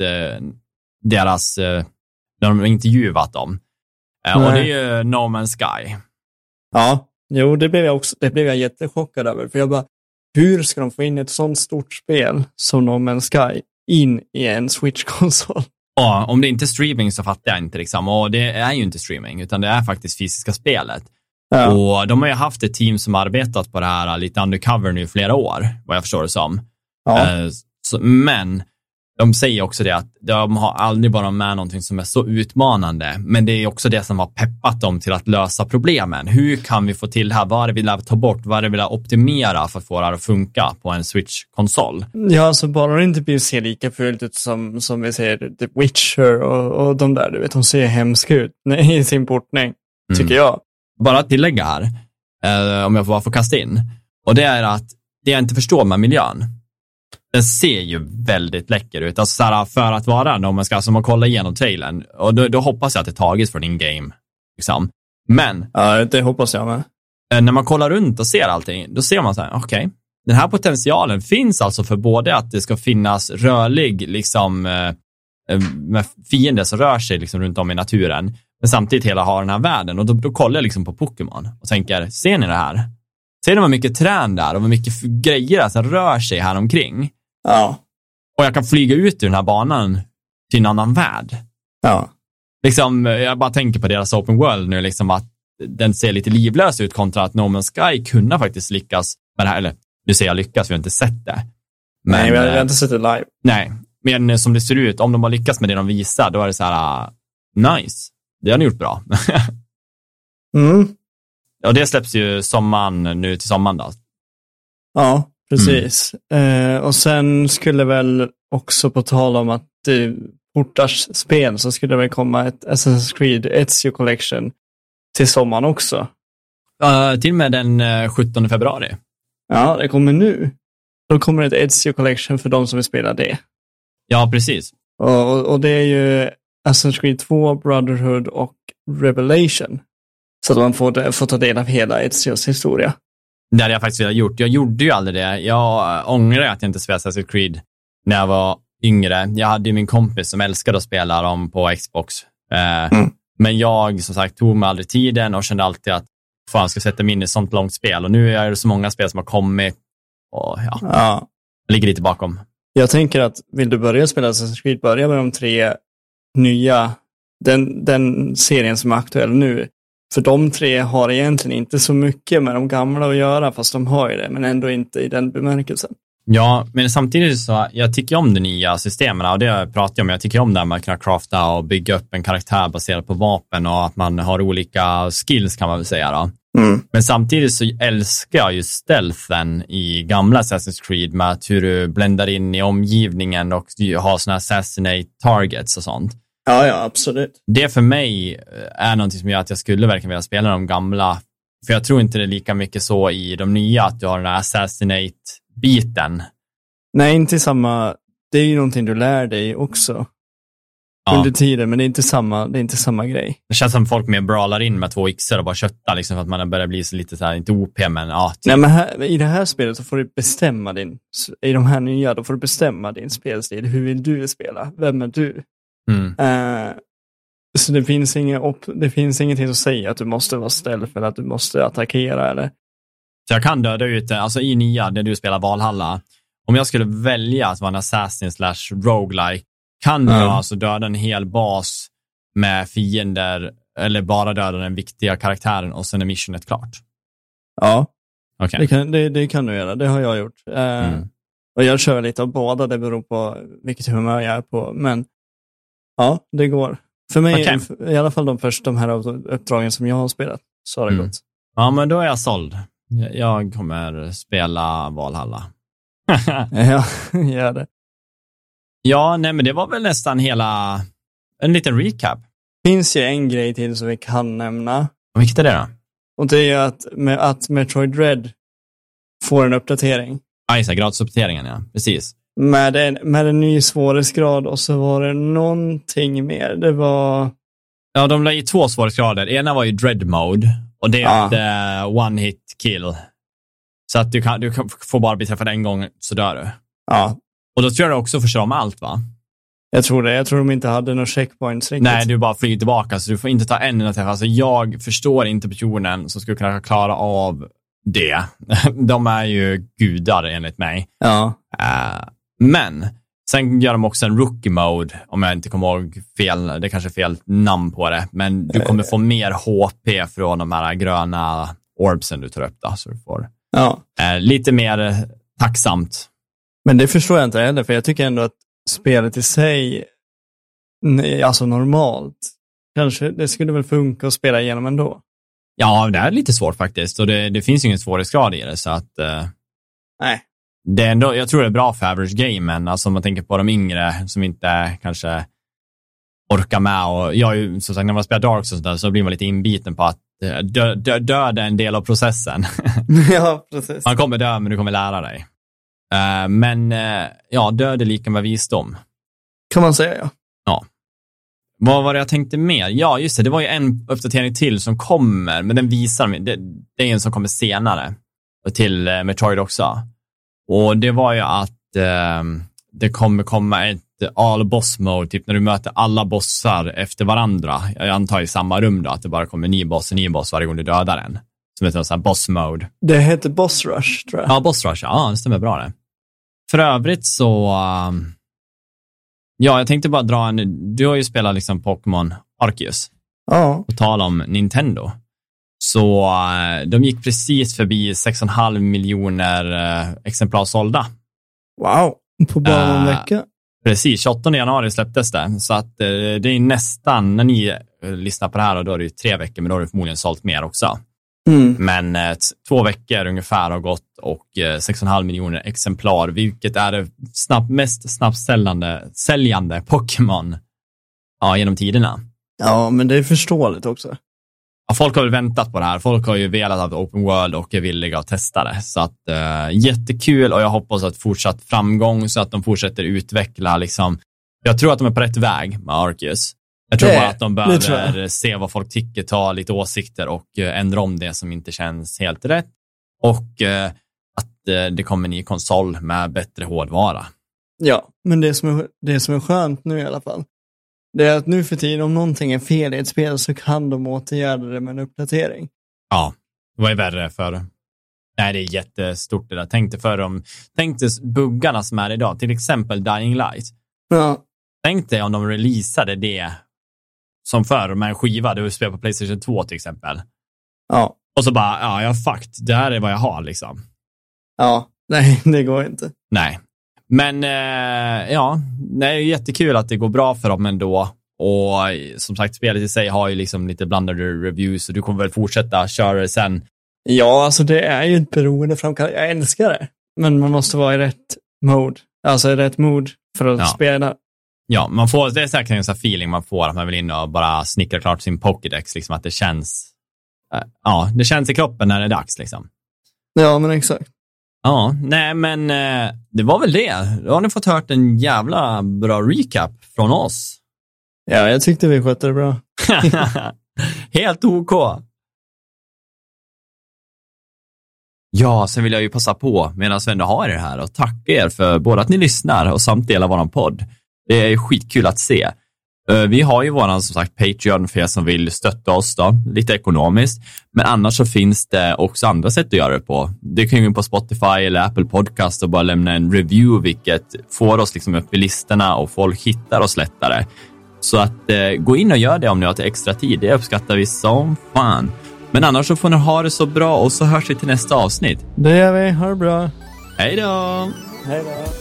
deras, när de har intervjuat dem. Och det är ju No Man's Sky. Ja, jo, det blev jag jättechockad över, för jag bara, hur ska de få in ett sånt stort spel som No Man's Sky in i en Switch-konsol? Ja, om det inte är streaming så fattar jag inte liksom. Och det är ju inte streaming, utan det är faktiskt fysiska spelet. Ja. Och de har ju haft ett team som arbetat på det här lite undercover nu i flera år, vad jag förstår det som. Ja. Men de säger också det att de har aldrig bara med någonting som är så utmanande, men det är också det som har peppat dem till att lösa problemen. Hur kan vi få till det här? Vad är det vi vill ta bort? Vad är det vi vill optimera för att få det här att funka på en Switch-konsol? Ja, alltså bara det inte blir se lika fult ut som vi ser The Witcher och de där, du vet, de ser hemska ut i sin portning, tycker jag. Bara att tillägga här, om jag bara får kasta in, och det är att det jag inte förstår med miljön, den ser ju väldigt läcker ut. Alltså såhär, för att vara när man ska alltså, man kollar igenom trailern. Och då hoppas jag att det tagits från in-game. Liksom. Men ja, det hoppas jag med. När man kollar runt och ser allting, då ser man så här, okej. Den här potentialen finns alltså för både att det ska finnas rörlig liksom, med fiender som rör sig liksom, runt om i naturen. Men samtidigt hela har den här världen. Och då kollar jag liksom på Pokémon och tänker, ser ni det här? Ser ni vad mycket trän där och vad mycket grejer som rör sig här omkring? Ja. Och jag kan flyga ut ur den här banan till en annan värld. Ja. Liksom, jag bara tänker på deras open world nu, liksom att den ser lite livlös ut kontra att No Man's Sky kunna faktiskt lyckas med det här. Eller, nu säger jag lyckas, vi har inte sett det. Men, nej, vi har inte sett det live. Nej, men som det ser ut, om de har lyckats med det de visar, då är det så här, nice. Det har ni gjort bra. Och det släpps ju sommaren nu till sommaren då. Ja, precis. Och sen skulle väl också på tal om att det portars spel, så skulle det väl komma ett Assassin's Creed Ezio Collection till sommaren också. Till och med den 17 februari. Ja, det kommer nu. Då kommer ett Ezio Collection för de som vill spela det. Ja, precis. Och det är ju Assassin's Creed 2, Brotherhood och Revelation. Så att man får ta del av hela Ezios historia. Det hade jag faktiskt velat gjort. Jag gjorde ju aldrig det. Jag ångrar att jag inte spelade Assassin's Creed när jag var yngre. Jag hade ju min kompis som älskade att spela dem på Xbox. Men jag, som sagt, tog mig aldrig tiden och kände alltid att fan, jag ska sätta mig in i ett sånt långt spel. Och nu är det så många spel som har kommit. Och ja. Jag ligger lite bakom. Jag tänker att vill du börja spela Assassin's Creed, börja med de 3 nya, den serien som är aktuell nu. För de 3 har egentligen inte så mycket med de gamla att göra, fast de har ju det, men ändå inte i den bemärkelsen. Ja, men samtidigt så, jag tycker om de nya systemen och det pratar jag om. Jag tycker om det här med att kunna crafta och bygga upp en karaktär baserat på vapen och att man har olika skills kan man väl säga då. Men samtidigt så älskar jag ju stealthen i gamla Assassin's Creed med att hur du bländar in i omgivningen och har såna assassinate targets och sånt. Ja, absolut. Det för mig är någonting som gör att jag skulle verkligen vilja spela de gamla. För jag tror inte det är lika mycket så i de nya att du har den här assassinate-biten. Nej, inte samma. Det är ju någonting du lär dig också under tiden, men det är inte samma grej. Det känns som folk mer brawlar in med 2 x:er och bara köttar liksom för att man börjar bli så lite så här, inte OP men ja. Nej, men i det här spelet så får du bestämma i de här nya, då får du bestämma din spelstil. Hur vill du spela? Vem är du? Så det finns ingenting som säger att du måste vara stealth eller att du måste attackera eller. Så jag kan döda ut, alltså i nya, där du spelar Valhalla, om jag skulle välja att vara en assassin/roguelike, kan jag alltså döda en hel bas med fiender eller bara döda den viktiga karaktären och sen är missionet klart? Ja, okay. Det kan du göra, det har jag gjort. Och jag kör lite av båda, det beror på vilket humör jag är på, men ja, det går. För mig, i alla fall de här uppdragen som jag har spelat, så har det gått. Ja, men då är jag såld. Jag kommer spela Valhalla. Ja, gör det. Ja, nej men det var väl nästan en liten recap. Finns ju en grej till som vi kan nämna. Och vilket är det då? Och det är att Metroid Dread får en uppdatering. Ja, just det, gradsuppdateringen, ja. Precis. Med en ny svårighetsgrad och så var det någonting mer. Det var... Ja, de la i 2 svårighetsgrader. Ena var ju Dread Mode och det är one hit kill. Så att du får bara bli träffad en gång så dör du. Ja. Och då tror jag också förstöra om allt, va? Jag tror det. Jag tror de inte hade några checkpoints riktigt. Nej, du bara flyger tillbaka så du får inte ta en enda träff. Alltså jag förstår inte personen som skulle kunna klara av det. De är ju gudar enligt mig. Ja. Men sen gör de också en rookie mode, om jag inte kommer ihåg fel. Det är kanske fel namn på det. Men du kommer få mer HP från de här gröna orbsen du tar upp då. Så du får lite mer tacksamt. Men det förstår jag inte heller, för jag tycker ändå att spelet i sig, alltså normalt, kanske det skulle väl funka att spela igenom ändå. Ja, det är lite svårt faktiskt. Och det finns ju ingen svårighetsgrad i det, så att... Nej. Det är ändå, jag tror det är bra för average game, men alltså om man tänker på de yngre som inte kanske orkar med. Och jag är ju, som sagt, när man spelar Dark Souls så blir man lite inbiten på att döda en del av processen. Ja, precis. Man kommer dö, men du kommer lära dig. Men död är lika med visdom. Kan man säga, ja. Ja. Vad var det jag tänkte mer? Ja, just det var ju en uppdatering till som kommer, men den visar mig. Det är en som kommer senare. Och till Metroid också. Och det var ju att det kommer komma ett all boss mode, typ när du möter alla bossar efter varandra. Jag antar i samma rum då, att det bara kommer ny boss varje gång du dödar den. Som heter så här boss mode. Det heter boss rush, tror jag. Ja, boss rush, ja, det stämmer bra det. För övrigt så... jag tänkte bara dra du har ju spelat liksom Pokémon Arceus. Ja. Och tala om Nintendo. Så de gick precis förbi 6,5 miljoner exemplar sålda. Wow, på bara en vecka. Precis, 28 januari släpptes det. Så att det är nästan, när ni lyssnar på det här, och då är det ju 3 veckor, men då har du förmodligen sålt mer också. Men 2 veckor ungefär har gått och 6,5 miljoner exemplar, vilket är det mest säljande Pokémon genom tiderna. Ja, men det är förståeligt också. Ja, folk har väl väntat på det här. Folk har ju velat ha ett open world och är villiga att testa det. Så att jättekul, och jag hoppas att fortsatt framgång så att de fortsätter utveckla liksom. Jag tror att de är på rätt väg med Arceus. Jag tror bara att de behöver se vad folk tycker, ta lite åsikter och ändra om det som inte känns helt rätt. Och att det kommer en ny konsol med bättre hårdvara. Ja, men det som är skönt nu i alla fall, det är att nu för tiden, om någonting är fel i ett spel så kan de åtgärda det med en uppdatering. Ja, vad är värre för Nej, det är jättestort det där. Tänk dig buggarna som är idag. Till exempel Dying Light. Ja. Tänk dig om de releasade det som förr med en skiva du spelar på PlayStation 2 till exempel. Ja. Och så bara, ja, fucked. Det här är vad jag har liksom. Ja, nej, det går inte. Nej. Men ja, det är jättekul att det går bra för dem ändå. Och som sagt, spelet i sig har ju liksom lite blandade reviews. Så du kommer väl fortsätta köra det sen. Ja, alltså det är ju ett beroendeframkallande. Jag älskar det. Men man måste vara i rätt mode. Alltså i rätt mod för att spela. Ja, det är säkert en sån här feeling man får att man vill in och bara snickra klart sin Pokédex. Liksom att det känns... Ja, det känns i kroppen när det är dags liksom. Ja, men exakt. Ja, nej men det var väl det. Då har ni fått hört en jävla bra recap från oss. Ja, jag tyckte vi skötte det bra. Helt OK. Ja, sen vill jag ju passa på medan vi ändå har er här och tacka er för både att ni lyssnar och samt delar våran podd. Det är skitkul att se. Vi har ju våran som sagt Patreon för er som vill stötta oss då, lite ekonomiskt. Men annars så finns det också andra sätt att göra det på. Det kan ju gå in på Spotify eller Apple Podcast och bara lämna en review, vilket får oss liksom upp i listorna och folk hittar oss lättare. Så att gå in och gör det om ni har till extra tid. Det uppskattar vi som fan. Men annars så får ni ha det så bra och så hörs vi till nästa avsnitt. Det gör vi. Ha det bra. Hej då! Hej då!